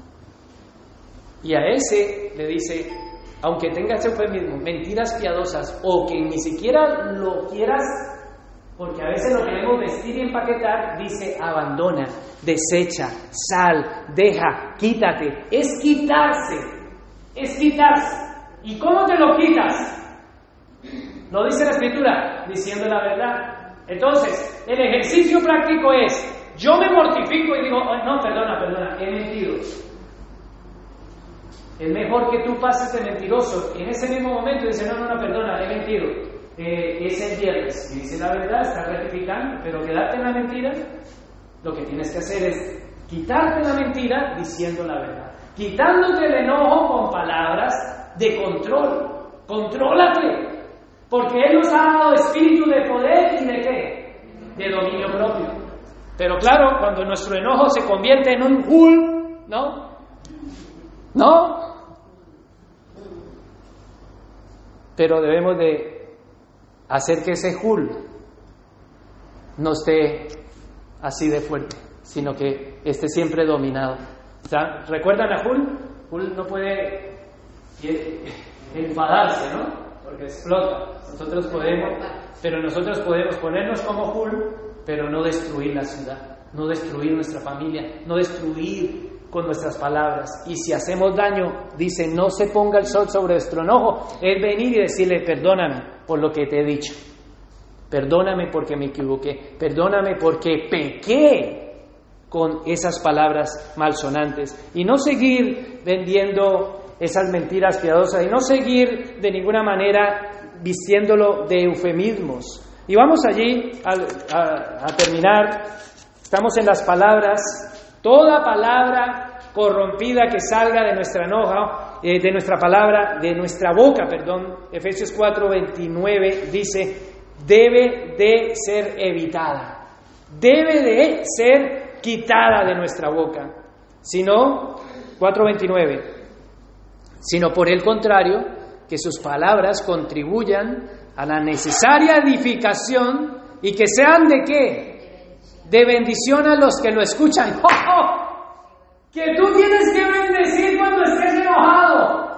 Y a ese le dice, aunque tengas eufemismo, mentiras piadosas, o que ni siquiera lo quieras, porque a veces lo queremos vestir y empaquetar, dice abandona, desecha, sal, deja, quítate. Es quitarse, es quitarse. ¿Y cómo te lo quitas? Lo dice la Escritura, diciendo la verdad. Entonces, el ejercicio práctico es, yo me mortifico y digo, oh, no, perdona, perdona, he mentido. Es mejor que tú pases de mentiroso. En ese mismo momento dice, no, no, no, perdona, he mentido. Eh, es el viernes. Y dice la verdad, está rectificando, pero quedarte en la mentira, lo que tienes que hacer es quitarte la mentira diciendo la verdad. Quitándote el enojo con palabras de control. Contrólate. Porque Él nos ha dado espíritu de poder y de qué? De dominio propio. Pero claro, cuando nuestro enojo se convierte en un hul, ¿no? ¿No? Pero debemos de hacer que ese hul no esté así de fuerte, sino que esté siempre dominado. O sea, ¿recuerdan a Hul? Hul no puede enfadarse, ¿no? Porque explota. Nosotros podemos, pero nosotros podemos ponernos como Hul, pero no destruir la ciudad, no destruir nuestra familia, no destruir con nuestras palabras. Y si hacemos daño, dice, no se ponga el sol sobre nuestro enojo, es venir y decirle, perdóname por lo que te he dicho, perdóname porque me equivoqué, perdóname porque pequé con esas palabras malsonantes, y no seguir vendiendo esas mentiras piadosas, y no seguir de ninguna manera vistiéndolo de eufemismos. Y vamos allí a, a, a terminar. Estamos en las palabras. Toda palabra corrompida que salga de nuestra enoja, eh, de nuestra palabra, de nuestra boca, perdón, Efesios cuatro veintinueve dice, debe de ser evitada, debe de ser quitada de nuestra boca. Si no, cuatro veintinueve, sino por el contrario, que sus palabras contribuyan a la necesaria edificación y que sean de qué? De bendición a los que lo escuchan. ¡Oh, oh! Que tú tienes que bendecir cuando estés enojado.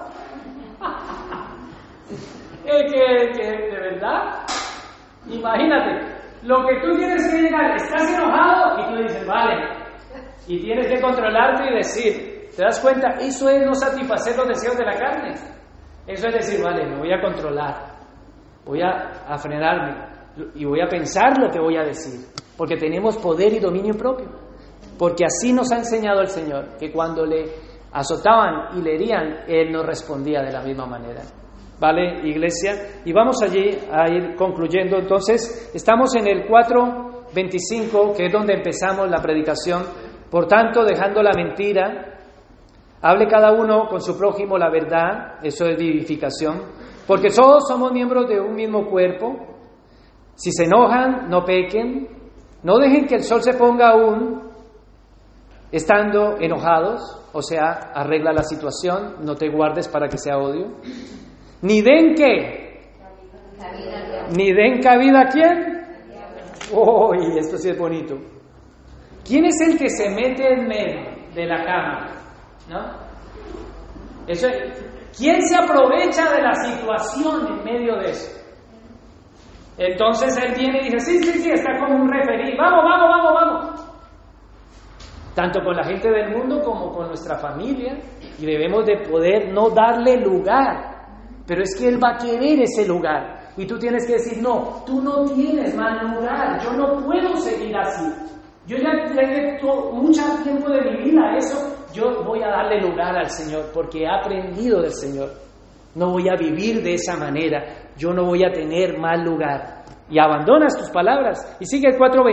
¿Eh, que, que, ¿De verdad? Imagínate, lo que tú tienes que llegar, estás enojado y tú dices, vale, y tienes que controlarte y decir, ¿te das cuenta? Eso es no satisfacer los deseos de la carne. Eso es decir, vale, me voy a controlar, voy a, a frenarme y voy a pensar lo que voy a decir. Porque tenemos poder y dominio propio. Porque así nos ha enseñado el Señor, que cuando le azotaban y le herían, Él no respondía de la misma manera. ¿Vale, iglesia? Y vamos allí a ir concluyendo. Entonces, estamos en el cuatro veinticinco, que es donde empezamos la predicación. Por tanto, dejando la mentira, hable cada uno con su prójimo la verdad. Eso es vivificación. Porque todos somos miembros de un mismo cuerpo. Si se enojan, no pequen. No dejen que el sol se ponga aún estando enojados, o sea, arregla la situación, no te guardes para que sea odio. Ni den qué, ni den cabida a quién. Oh, y esto sí es bonito. ¿Quién es el que se mete en medio de la cama? ¿No? Eso es, ¿quién se aprovecha de la situación en medio de eso? Entonces él viene y dice, sí, sí, sí, está como un referí, vamos, vamos, vamos, vamos. Tanto con la gente del mundo como con nuestra familia, y debemos de poder no darle lugar, pero es que él va a querer ese lugar, y tú tienes que decir, no, tú no tienes mal lugar, yo no puedo seguir así, yo ya le todo mucho tiempo de mi vida a eso, yo voy a darle lugar al Señor, porque he aprendido del Señor. No voy a vivir de esa manera. Yo no voy a tener mal lugar. Y abandonas tus palabras. Y sigue el cuatro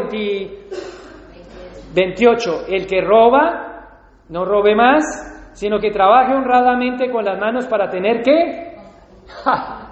veintiocho. El que roba, no robe más, sino que trabaje honradamente con las manos para tener ¿qué?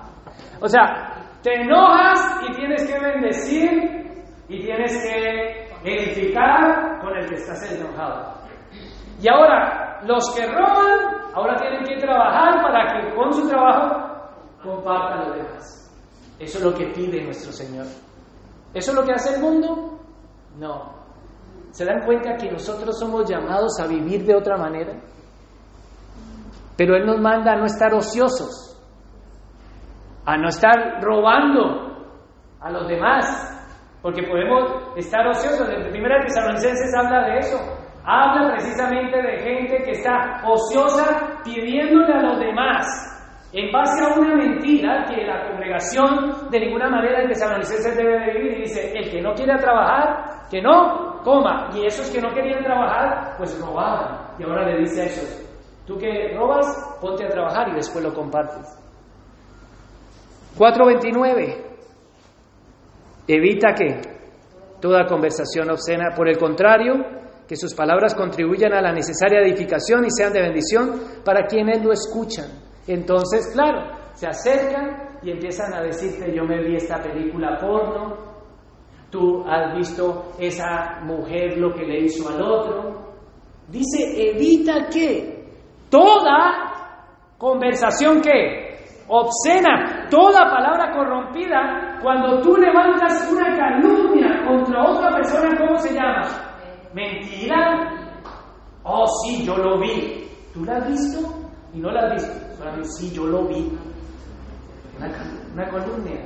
O sea, te enojas y tienes que bendecir y tienes que edificar con el que estás enojado. Y ahora, los que roban, ahora tienen que trabajar para que con su trabajo compartan a los demás. Eso es lo que pide nuestro Señor. ¿Eso es lo que hace el mundo? No. ¿Se dan cuenta que nosotros somos llamados a vivir de otra manera? Pero Él nos manda a no estar ociosos, a no estar robando a los demás, porque podemos estar ociosos. En Primera Tesalonicenses habla de eso. Habla precisamente de gente que está ociosa pidiéndole a los demás, en base a una mentira que la congregación de ninguna manera en Tesalonicenses debe de vivir. Y dice, el que no quiera trabajar, que no coma. Y esos que no querían trabajar, pues robaban. Y ahora le dice a esos, tú que robas, ponte a trabajar y después lo compartes. cuatro veintinueve. Evita que toda conversación obscena, por el contrario, que sus palabras contribuyan a la necesaria edificación y sean de bendición para quienes lo escuchan. Entonces, claro, se acercan y empiezan a decirte, yo me vi esta película porno, tú has visto esa mujer lo que le hizo al otro. Dice, evita que toda conversación que obscena, toda palabra corrompida. Cuando tú levantas una calumnia contra otra persona, ¿cómo se llama? ¿Mentira? Oh, sí, yo lo vi. ¿Tú la has visto? Y no la has visto. Solamente, sí, yo lo vi. Una, una calumnia.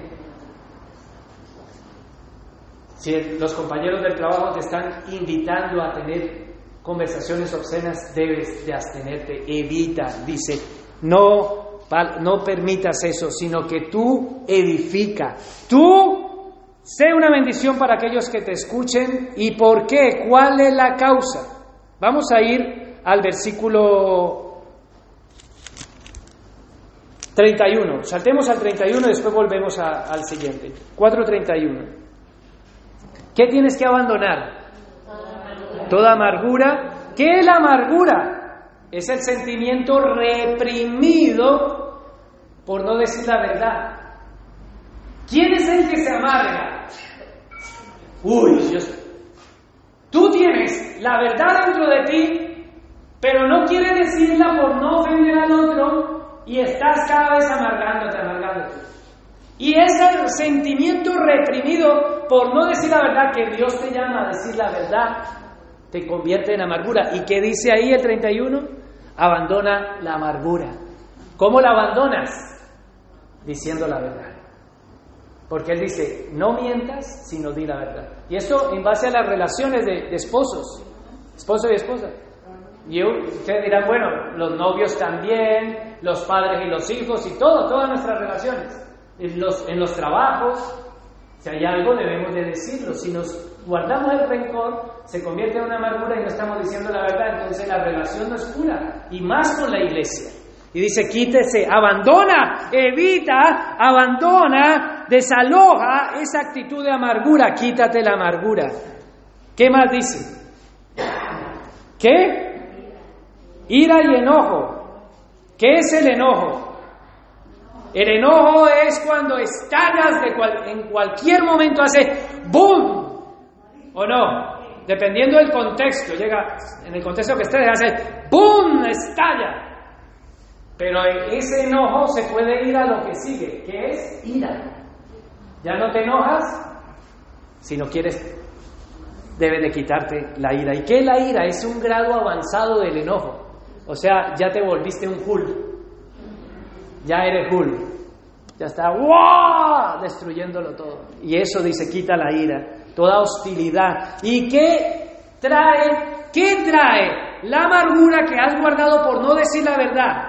Si los compañeros del trabajo te están invitando a tener conversaciones obscenas, debes de abstenerte. Evita, dice, no No permitas eso, sino que tú edifica. Tú sé una bendición para aquellos que te escuchen. ¿Y por qué? ¿Cuál es la causa? Vamos a ir al versículo treinta y uno. Saltemos al treinta y uno y después volvemos a, al siguiente. cuatro treinta y uno. ¿Qué tienes que abandonar? Toda amargura. ¿Qué es la amargura? Es el sentimiento reprimido por no decir la verdad. ¿Quién es el que se amarga? Uy, Dios. Tú tienes la verdad dentro de ti, pero no quieres decirla por no ofender al otro y estás cada vez amargándote, amargándote. Y ese sentimiento reprimido por no decir la verdad, que Dios te llama a decir la verdad, te convierte en amargura. ¿Y qué dice ahí el treinta y uno? Abandona la amargura. ¿Cómo la abandonas? Diciendo la verdad. Porque Él dice, no mientas, sino di la verdad. Y esto en base a las relaciones de, de esposos, esposo y esposa. Y ustedes dirán, bueno, los novios también, los padres y los hijos y todo, todas nuestras relaciones. En los, en los trabajos, si hay algo debemos de decirlo. Si nos guardamos el rencor, se convierte en una amargura y no estamos diciendo la verdad, entonces la relación no es pura, y más con la iglesia. Y dice, quítese, abandona, evita, abandona, desaloja esa actitud de amargura, quítate la amargura. ¿Qué más dice? ¿Qué? Ira y enojo. ¿Qué es el enojo? El enojo es cuando estallas de cual, en cualquier momento, hace ¡boom! ¿O no? Dependiendo del contexto, llega en el contexto que estés, hace ¡boom! Estalla. Pero ese enojo se puede ir a lo que sigue, que es ira. Ya no te enojas, si no quieres, debes de quitarte la ira. ¿Y qué es la ira? Es un grado avanzado del enojo. O sea, ya te volviste un Hulk. Ya eres Hulk. Ya está ¡wow! Destruyéndolo todo. Y eso dice, quita la ira, toda hostilidad. ¿Y qué trae? ¿Qué trae la amargura que has guardado por no decir la verdad?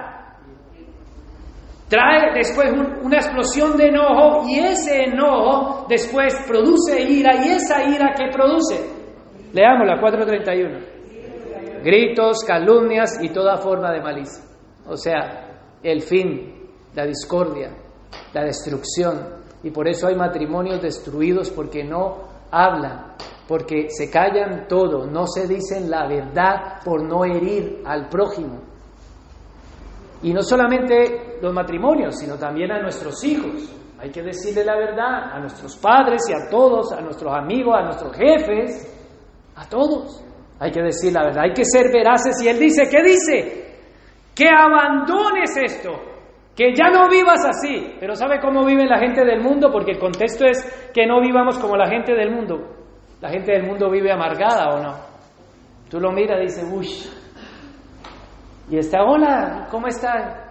Trae después un, una explosión de enojo, y ese enojo después produce ira, y esa ira ¿qué produce? Leámosla, cuatro treinta y uno. Gritos, calumnias y toda forma de malicia. O sea, el fin, la discordia, la destrucción. Y por eso hay matrimonios destruidos, porque no hablan, porque se callan todo, no se dicen la verdad por no herir al prójimo. Y no solamente los matrimonios, sino también a nuestros hijos. Hay que decirle la verdad a nuestros padres y a todos, a nuestros amigos, a nuestros jefes. A todos. Hay que decir la verdad, hay que ser veraces. Y Él dice, ¿qué dice? Que abandones esto, que ya no vivas así. Pero ¿sabe cómo vive la gente del mundo? Porque el contexto es que no vivamos como la gente del mundo. La gente del mundo vive amargada, ¿o no? Tú lo miras y dices, uy. Y está, hola, ¿cómo está?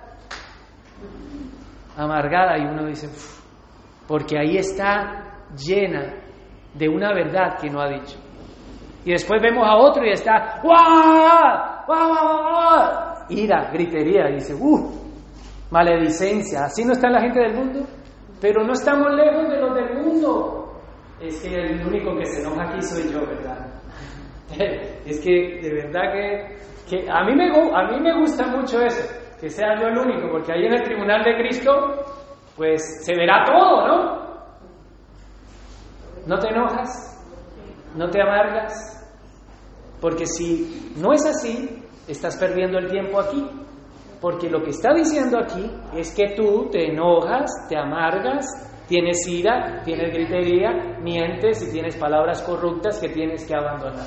Amargada. Y uno dice, uf, porque ahí está llena de una verdad que no ha dicho. Y después vemos a otro y está, ¡guau! ¡Guau, guau, guau! Ira, gritería, y dice, ¡uh! Maledicencia. Así no está la gente del mundo. Pero no estamos lejos de los del mundo. Es que el único que se enoja aquí soy yo, ¿verdad? Es que de verdad que, que a, mí me, a mí me gusta mucho eso, que sea yo el único, porque ahí en el tribunal de Cristo, pues se verá todo, ¿no? ¿No te enojas? ¿No te amargas? Porque si no es así, estás perdiendo el tiempo aquí. Porque lo que está diciendo aquí es que tú te enojas, te amargas, tienes ira, tienes gritería, mientes y tienes palabras corruptas que tienes que abandonar.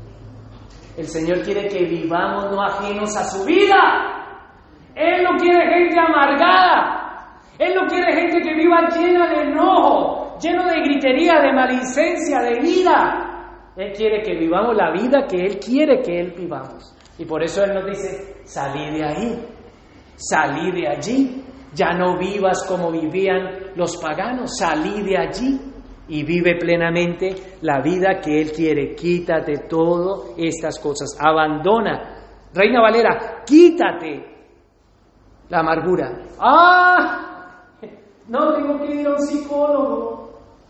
El Señor quiere que vivamos no ajenos a su vida. Él no quiere gente amargada. Él no quiere gente que viva llena de enojo, lleno de gritería, de maledicencia, de ira. Él quiere que vivamos la vida que Él quiere que Él vivamos. Y por eso Él nos dice, salí de ahí, salí de allí. Ya no vivas como vivían los paganos, salí de allí y vive plenamente la vida que Él quiere. Quítate todas estas cosas, abandona. Reina Valera, quítate la amargura. ¡Ah! No tengo que ir a un psicólogo.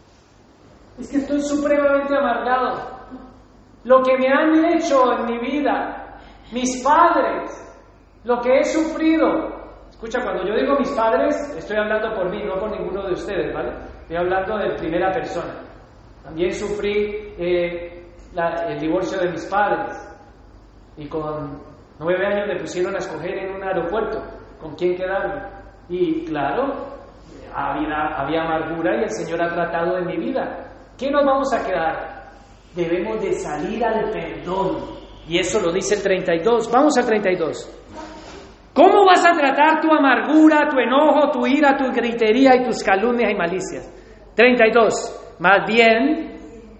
Es que estoy supremamente amargado. Lo que me han hecho en mi vida, mis padres, lo que he sufrido. Escucha, cuando yo digo mis padres, estoy hablando por mí, no por ninguno de ustedes, ¿vale? Estoy hablando de primera persona. También sufrí eh, la, el divorcio de mis padres. Y con nueve años me pusieron a escoger en un aeropuerto con quién quedarme. Y claro, había, había amargura y el Señor ha tratado de mi vida. ¿Qué nos vamos a quedar? Debemos de salir al perdón. Y eso lo dice el treinta y dos. Vamos al treinta y dos. ¿Cómo vas a tratar tu amargura, tu enojo, tu ira, tu gritería y tus calumnias y malicias? treinta y dos. Más bien,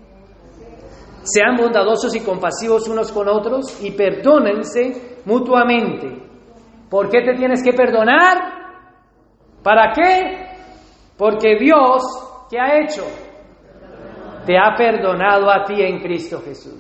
sean bondadosos y compasivos unos con otros y perdónense mutuamente. ¿Por qué te tienes que perdonar? ¿Para qué? Porque Dios, ¿qué ha hecho? Te ha perdonado a ti en Cristo Jesús.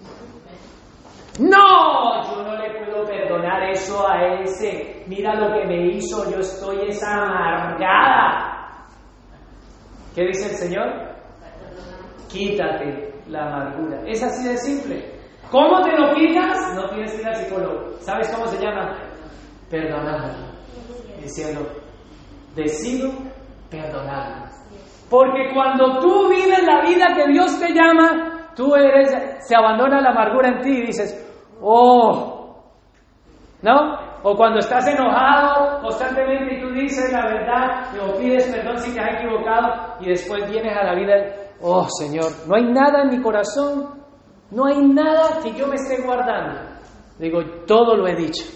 No, yo no le puedo perdonar eso a ese. Mira lo que me hizo, yo estoy esa amargada. ¿Qué dice el Señor? Quítate la amargura. Es así de simple. ¿Cómo te lo quitas? No tienes que ir al psicólogo. ¿Sabes cómo se llama? Perdonando. Diciendo, decido perdonarlo. Porque cuando tú vives la vida que Dios te llama, tú eres, se abandona la amargura en ti y dices, oh, ¿no? O cuando estás enojado constantemente y tú dices la verdad o pides perdón si te has equivocado y después vienes a la vida, oh Señor, no hay nada en mi corazón, no hay nada que yo me esté guardando. Digo, todo lo he dicho.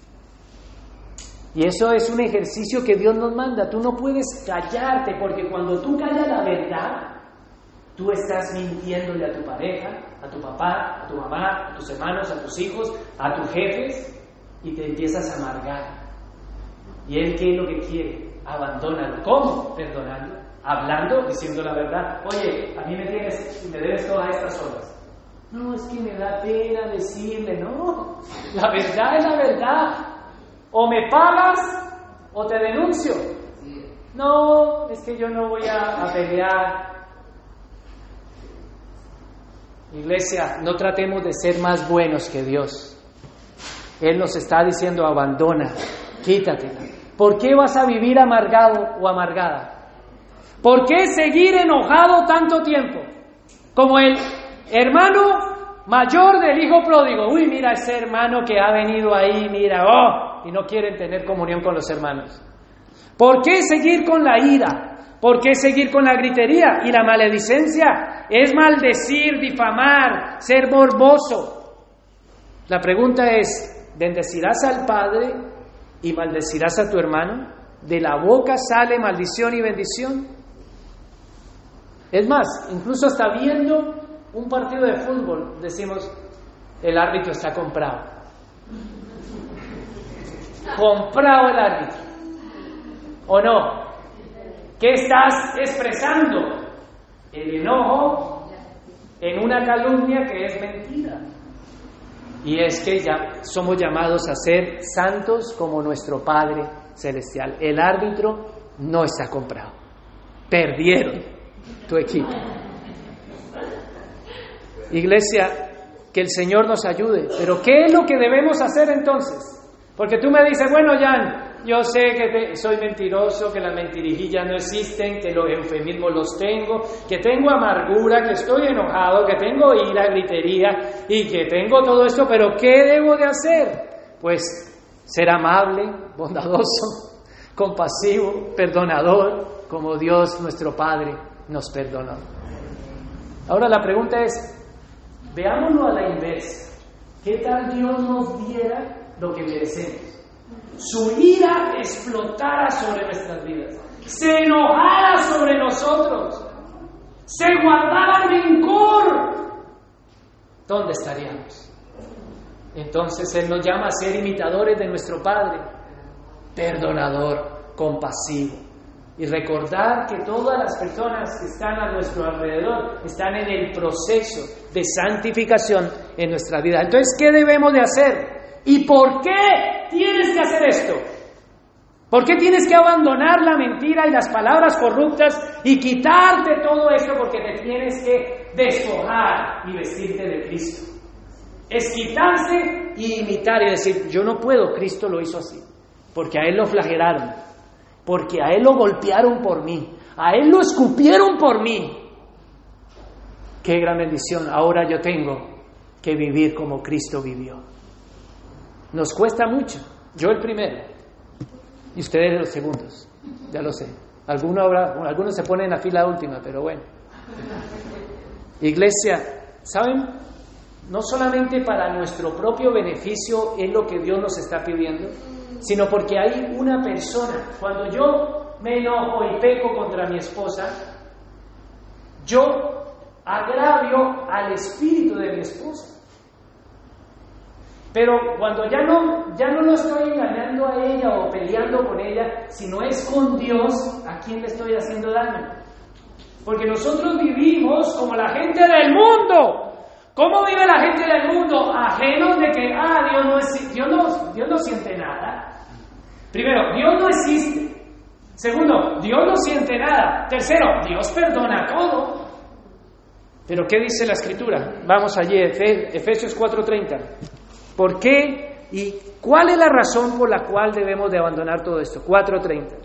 Y eso es un ejercicio que Dios nos manda. Tú no puedes callarte, porque cuando tú callas la verdad, tú estás mintiéndole a tu pareja, a tu papá, a tu mamá, a tus hermanos, a tus hijos, a tus jefes, y te empiezas a amargar. ¿Y Él qué es lo que quiere? Abandónalo. ¿Cómo? Perdonando, hablando, diciendo la verdad. Oye, a mí me tienes, me debes todas estas horas. No, es que me da pena decirle, no. La verdad es la verdad. O me pagas o te denuncio. No, es que yo no voy a, a pelear. Iglesia, no tratemos de ser más buenos que Dios. Él nos está diciendo, abandona, quítate. ¿Por qué vas a vivir amargado o amargada? ¿Por qué seguir enojado tanto tiempo? Como el hermano mayor del hijo pródigo. Uy, mira ese hermano que ha venido ahí, mira, oh, y no quieren tener comunión con los hermanos. ¿Por qué seguir con la ira? ¿Por qué seguir con la gritería y la maledicencia? Es maldecir, difamar, ser morboso. La pregunta es, ¿bendecirás al Padre y maldecirás a tu hermano? ¿De la boca sale maldición y bendición? Es más, incluso hasta viendo un partido de fútbol, decimos, el árbitro está comprado. Comprado el árbitro. ¿O no? ¿Qué estás expresando? El enojo en una calumnia que es mentira. Y es que ya somos llamados a ser santos como nuestro Padre Celestial. El árbitro no está comprado. Perdieron tu equipo. Iglesia, que el Señor nos ayude. Pero ¿qué es lo que debemos hacer entonces? Porque tú me dices, bueno, Jan, yo sé que te, soy mentiroso, que las mentirijillas no existen, que los eufemismos los tengo, que tengo amargura, que estoy enojado, que tengo ira, gritería y que tengo todo esto, pero ¿qué debo de hacer? Pues ser amable, bondadoso, compasivo, perdonador, como Dios nuestro Padre nos perdonó. Ahora la pregunta es, veámoslo a la inversa. ¿Qué tal Dios nos diera lo que merecemos? Su ira explotara sobre nuestras vidas, se enojara sobre nosotros, se guardara rencor. ¿Dónde estaríamos? Entonces Él nos llama a ser imitadores de nuestro Padre, perdonador, compasivo, y recordar que todas las personas que están a nuestro alrededor están en el proceso de santificación en nuestra vida. Entonces, ¿qué debemos de hacer? ¿Y por qué tienes que hacer esto? ¿Por qué tienes que abandonar la mentira y las palabras corruptas y quitarte todo esto? Porque te tienes que despojar y vestirte de Cristo. Es quitarse y imitar y decir, yo no puedo, Cristo lo hizo así. Porque a Él lo flagelaron, porque a Él lo golpearon por mí, a Él lo escupieron por mí. Qué gran bendición, ahora yo tengo que vivir como Cristo vivió. Nos cuesta mucho, yo el primero, y ustedes los segundos, ya lo sé. Algunos, habrá, algunos se ponen en la fila última, pero bueno. Iglesia, ¿saben? No solamente para nuestro propio beneficio es lo que Dios nos está pidiendo, sino porque hay una persona, cuando yo me enojo y peco contra mi esposa, yo agravio al espíritu de mi esposa. Pero cuando ya no, ya no lo estoy engañando a ella o peleando con ella, sino es con Dios, ¿a quién le estoy haciendo daño? Porque nosotros vivimos como la gente del mundo. ¿Cómo vive la gente del mundo? Ajenos de que, ah, Dios no, es, Dios no, Dios no siente nada. Primero, Dios no existe. Segundo, Dios no siente nada. Tercero, Dios perdona todo. Pero ¿qué dice la Escritura? Vamos allí, Efesios cuatro treinta. ¿Por qué y cuál es la razón por la cual debemos de abandonar todo esto? cuatro treinta.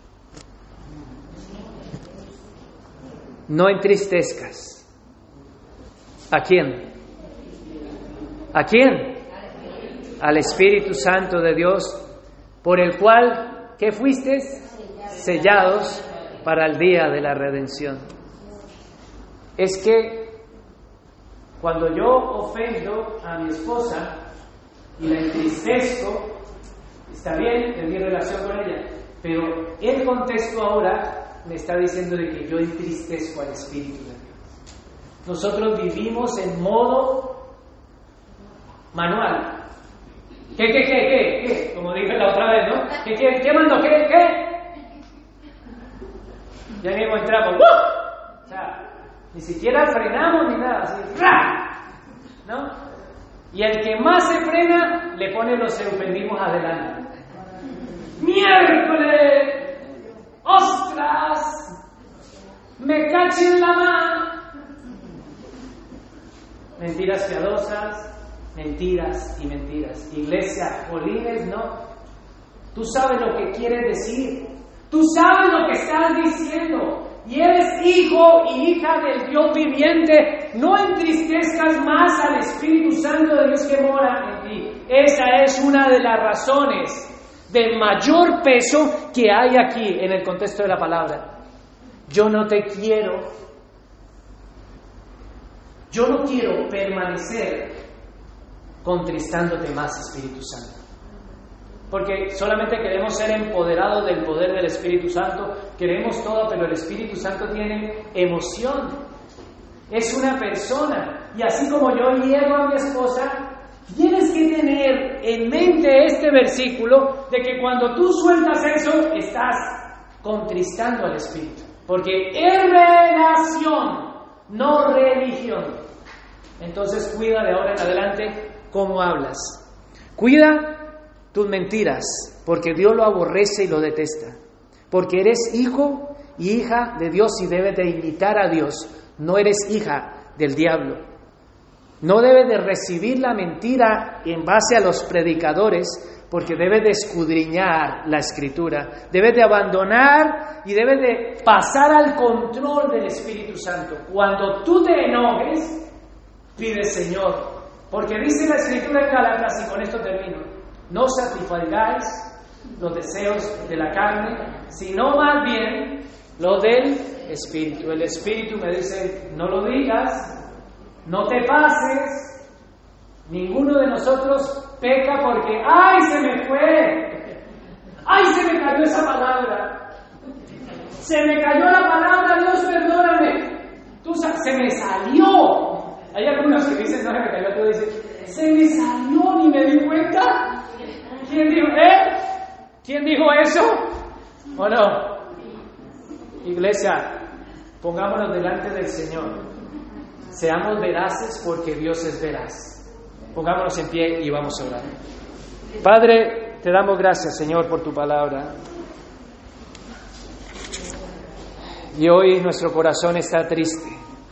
No entristezcas. ¿A quién? ¿A quién? Al Espíritu Santo de Dios, por el cual, ¿qué fuiste? Sellados para el día de la redención. Es que cuando yo ofendo a mi esposa y la entristezco, está bien en mi relación con ella, pero el contexto ahora me está diciendo de que yo entristezco al Espíritu de Dios. Nosotros vivimos en modo manual. ¿Qué, qué, qué, qué? ¿Qué? Como dije la otra vez, ¿no? ¿Qué, qué, qué mando? ¿Qué, qué? Ya mismo entramos. ¡Uh! O sea, ni siquiera frenamos ni nada, así, ¡ra! ¿No? Y el que más se frena, le pone los eufemismos adelante. ¡Miércoles! ¡Ostras! ¡Me caché en la mano! Mentiras piadosas, mentiras y mentiras. Iglesia, Polines, no. Tú sabes lo que quieres decir. Tú sabes lo que estás diciendo. Y eres hijo y hija del Dios viviente. No entristezcas más al Espíritu Santo de Dios que mora en ti. Esa es una de las razones de mayor peso que hay aquí en el contexto de la palabra. Yo no te quiero, yo no quiero permanecer contristándote más, Espíritu Santo. Porque solamente queremos ser empoderados del poder del Espíritu Santo, queremos todo, pero el Espíritu Santo tiene emoción. Es una persona. Y así como yo hiero a mi esposa, tienes que tener en mente este versículo de que cuando tú sueltas eso, estás contristando al Espíritu. Porque es relación, no religión. Entonces cuida de ahora en adelante cómo hablas. Cuida tus mentiras, porque Dios lo aborrece y lo detesta. Porque eres hijo y hija de Dios y debes de imitar a Dios. No eres hija del diablo. No debes de recibir la mentira en base a los predicadores, porque debes de escudriñar la Escritura. Debes de abandonar y debes de pasar al control del Espíritu Santo. Cuando tú te enojes, pide Señor. Porque dice la Escritura en Gálatas, y con esto termino: no satisfagáis los deseos de la carne, sino más bien los del Espíritu. El Espíritu me dice, no lo digas, no te pases. Ninguno de nosotros peca porque ¡ay, se me fue! ¡Ay, se me cayó esa palabra! ¡Se me cayó la palabra! ¡Dios, perdóname! Tú, ¡se me salió! Hay algunos que dicen, no se me cayó, tú dices, ¡se me salió! ¡Ni me di cuenta! ¿Quién dijo, eh? ¿Quién dijo eso? ¿O no? Iglesia, pongámonos delante del Señor. Seamos veraces porque Dios es veraz. Pongámonos en pie y vamos a orar. Padre, te damos gracias, Señor, por tu palabra. Y hoy nuestro corazón está triste,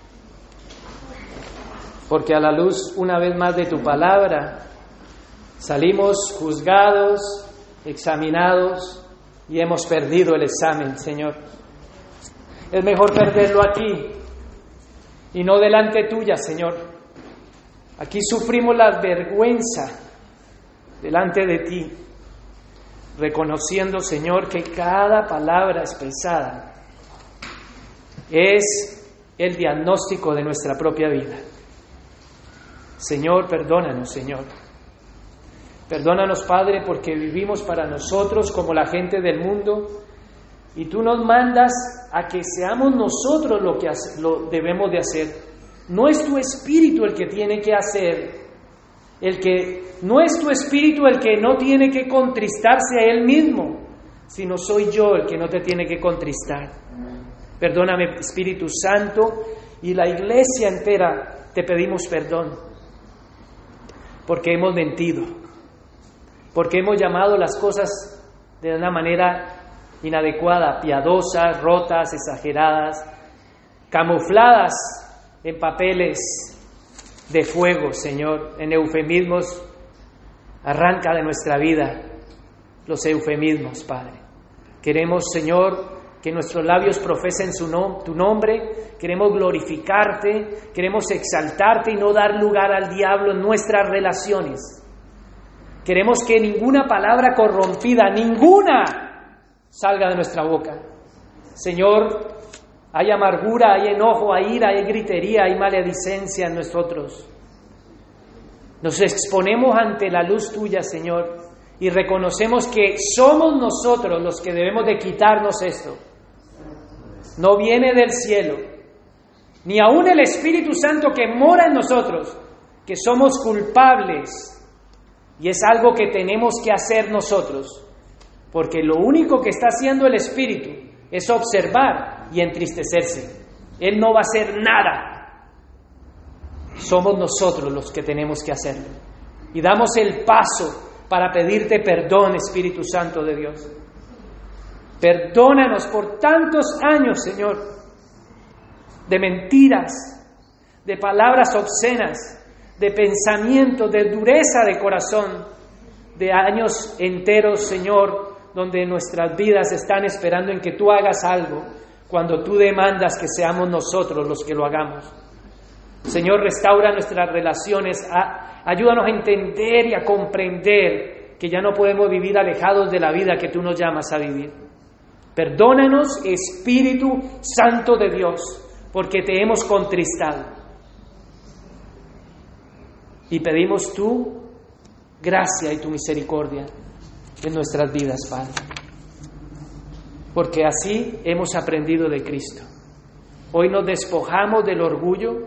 porque a la luz una vez más de tu palabra salimos juzgados, examinados y hemos perdido el examen, Señor. Es mejor perderlo aquí y no delante tuya, Señor. Aquí sufrimos la vergüenza delante de ti, reconociendo, Señor, que cada palabra expresada es el diagnóstico de nuestra propia vida. Señor, perdónanos, Señor. Perdónanos, Padre, porque vivimos para nosotros como la gente del mundo y tú nos mandas a que seamos nosotros lo que lo debemos de hacer. No es tu espíritu el que tiene que hacer, el que no es tu espíritu el que no tiene que contristarse a él mismo, sino soy yo el que no te tiene que contristar. Perdóname, Espíritu Santo, y la iglesia entera te pedimos perdón, porque hemos mentido, porque hemos llamado las cosas de una manera inadecuada, piadosas, rotas, exageradas, camufladas en papeles de fuego, Señor, en eufemismos. Arranca de nuestra vida los eufemismos, Padre. Queremos, Señor, que nuestros labios profesen su nom- tu nombre, queremos glorificarte, queremos exaltarte y no dar lugar al diablo en nuestras relaciones. Queremos que ninguna palabra corrompida, ninguna, salga de nuestra boca. Señor, hay amargura, hay enojo, hay ira, hay gritería, hay maledicencia en nosotros. Nos exponemos ante la luz tuya, Señor, y reconocemos que somos nosotros los que debemos de quitarnos esto. No viene del cielo, ni aún el Espíritu Santo que mora en nosotros, que somos culpables, y es algo que tenemos que hacer nosotros, porque lo único que está haciendo el Espíritu es observar y entristecerse. Él no va a hacer nada. Somos nosotros los que tenemos que hacerlo. Y damos el paso para pedirte perdón, Espíritu Santo de Dios. Perdónanos por tantos años, Señor, de mentiras, de palabras obscenas, de pensamientos, de dureza de corazón, de años enteros, Señor, donde nuestras vidas están esperando en que tú hagas algo, cuando tú demandas que seamos nosotros los que lo hagamos. Señor, restaura nuestras relaciones, a, ayúdanos a entender y a comprender que ya no podemos vivir alejados de la vida que tú nos llamas a vivir. Perdónanos, Espíritu Santo de Dios, porque te hemos contristado. Y pedimos tu gracia y tu misericordia en nuestras vidas, Padre. Porque así hemos aprendido de Cristo. Hoy nos despojamos del orgullo,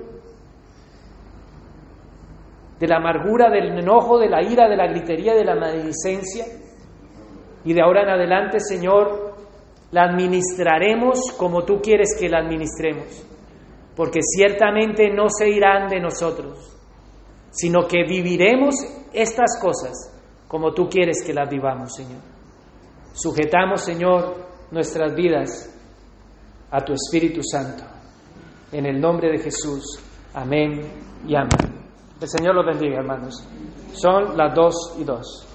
de la amargura, del enojo, de la ira, de la gritería, de la maledicencia. Y de ahora en adelante, Señor, la administraremos como tú quieres que la administremos. Porque ciertamente no se irán de nosotros, sino que viviremos estas cosas como tú quieres que las vivamos, Señor. Sujetamos, Señor, nuestras vidas a tu Espíritu Santo. En el nombre de Jesús. Amén y amén. El Señor los bendiga, hermanos. Son las dos y dos.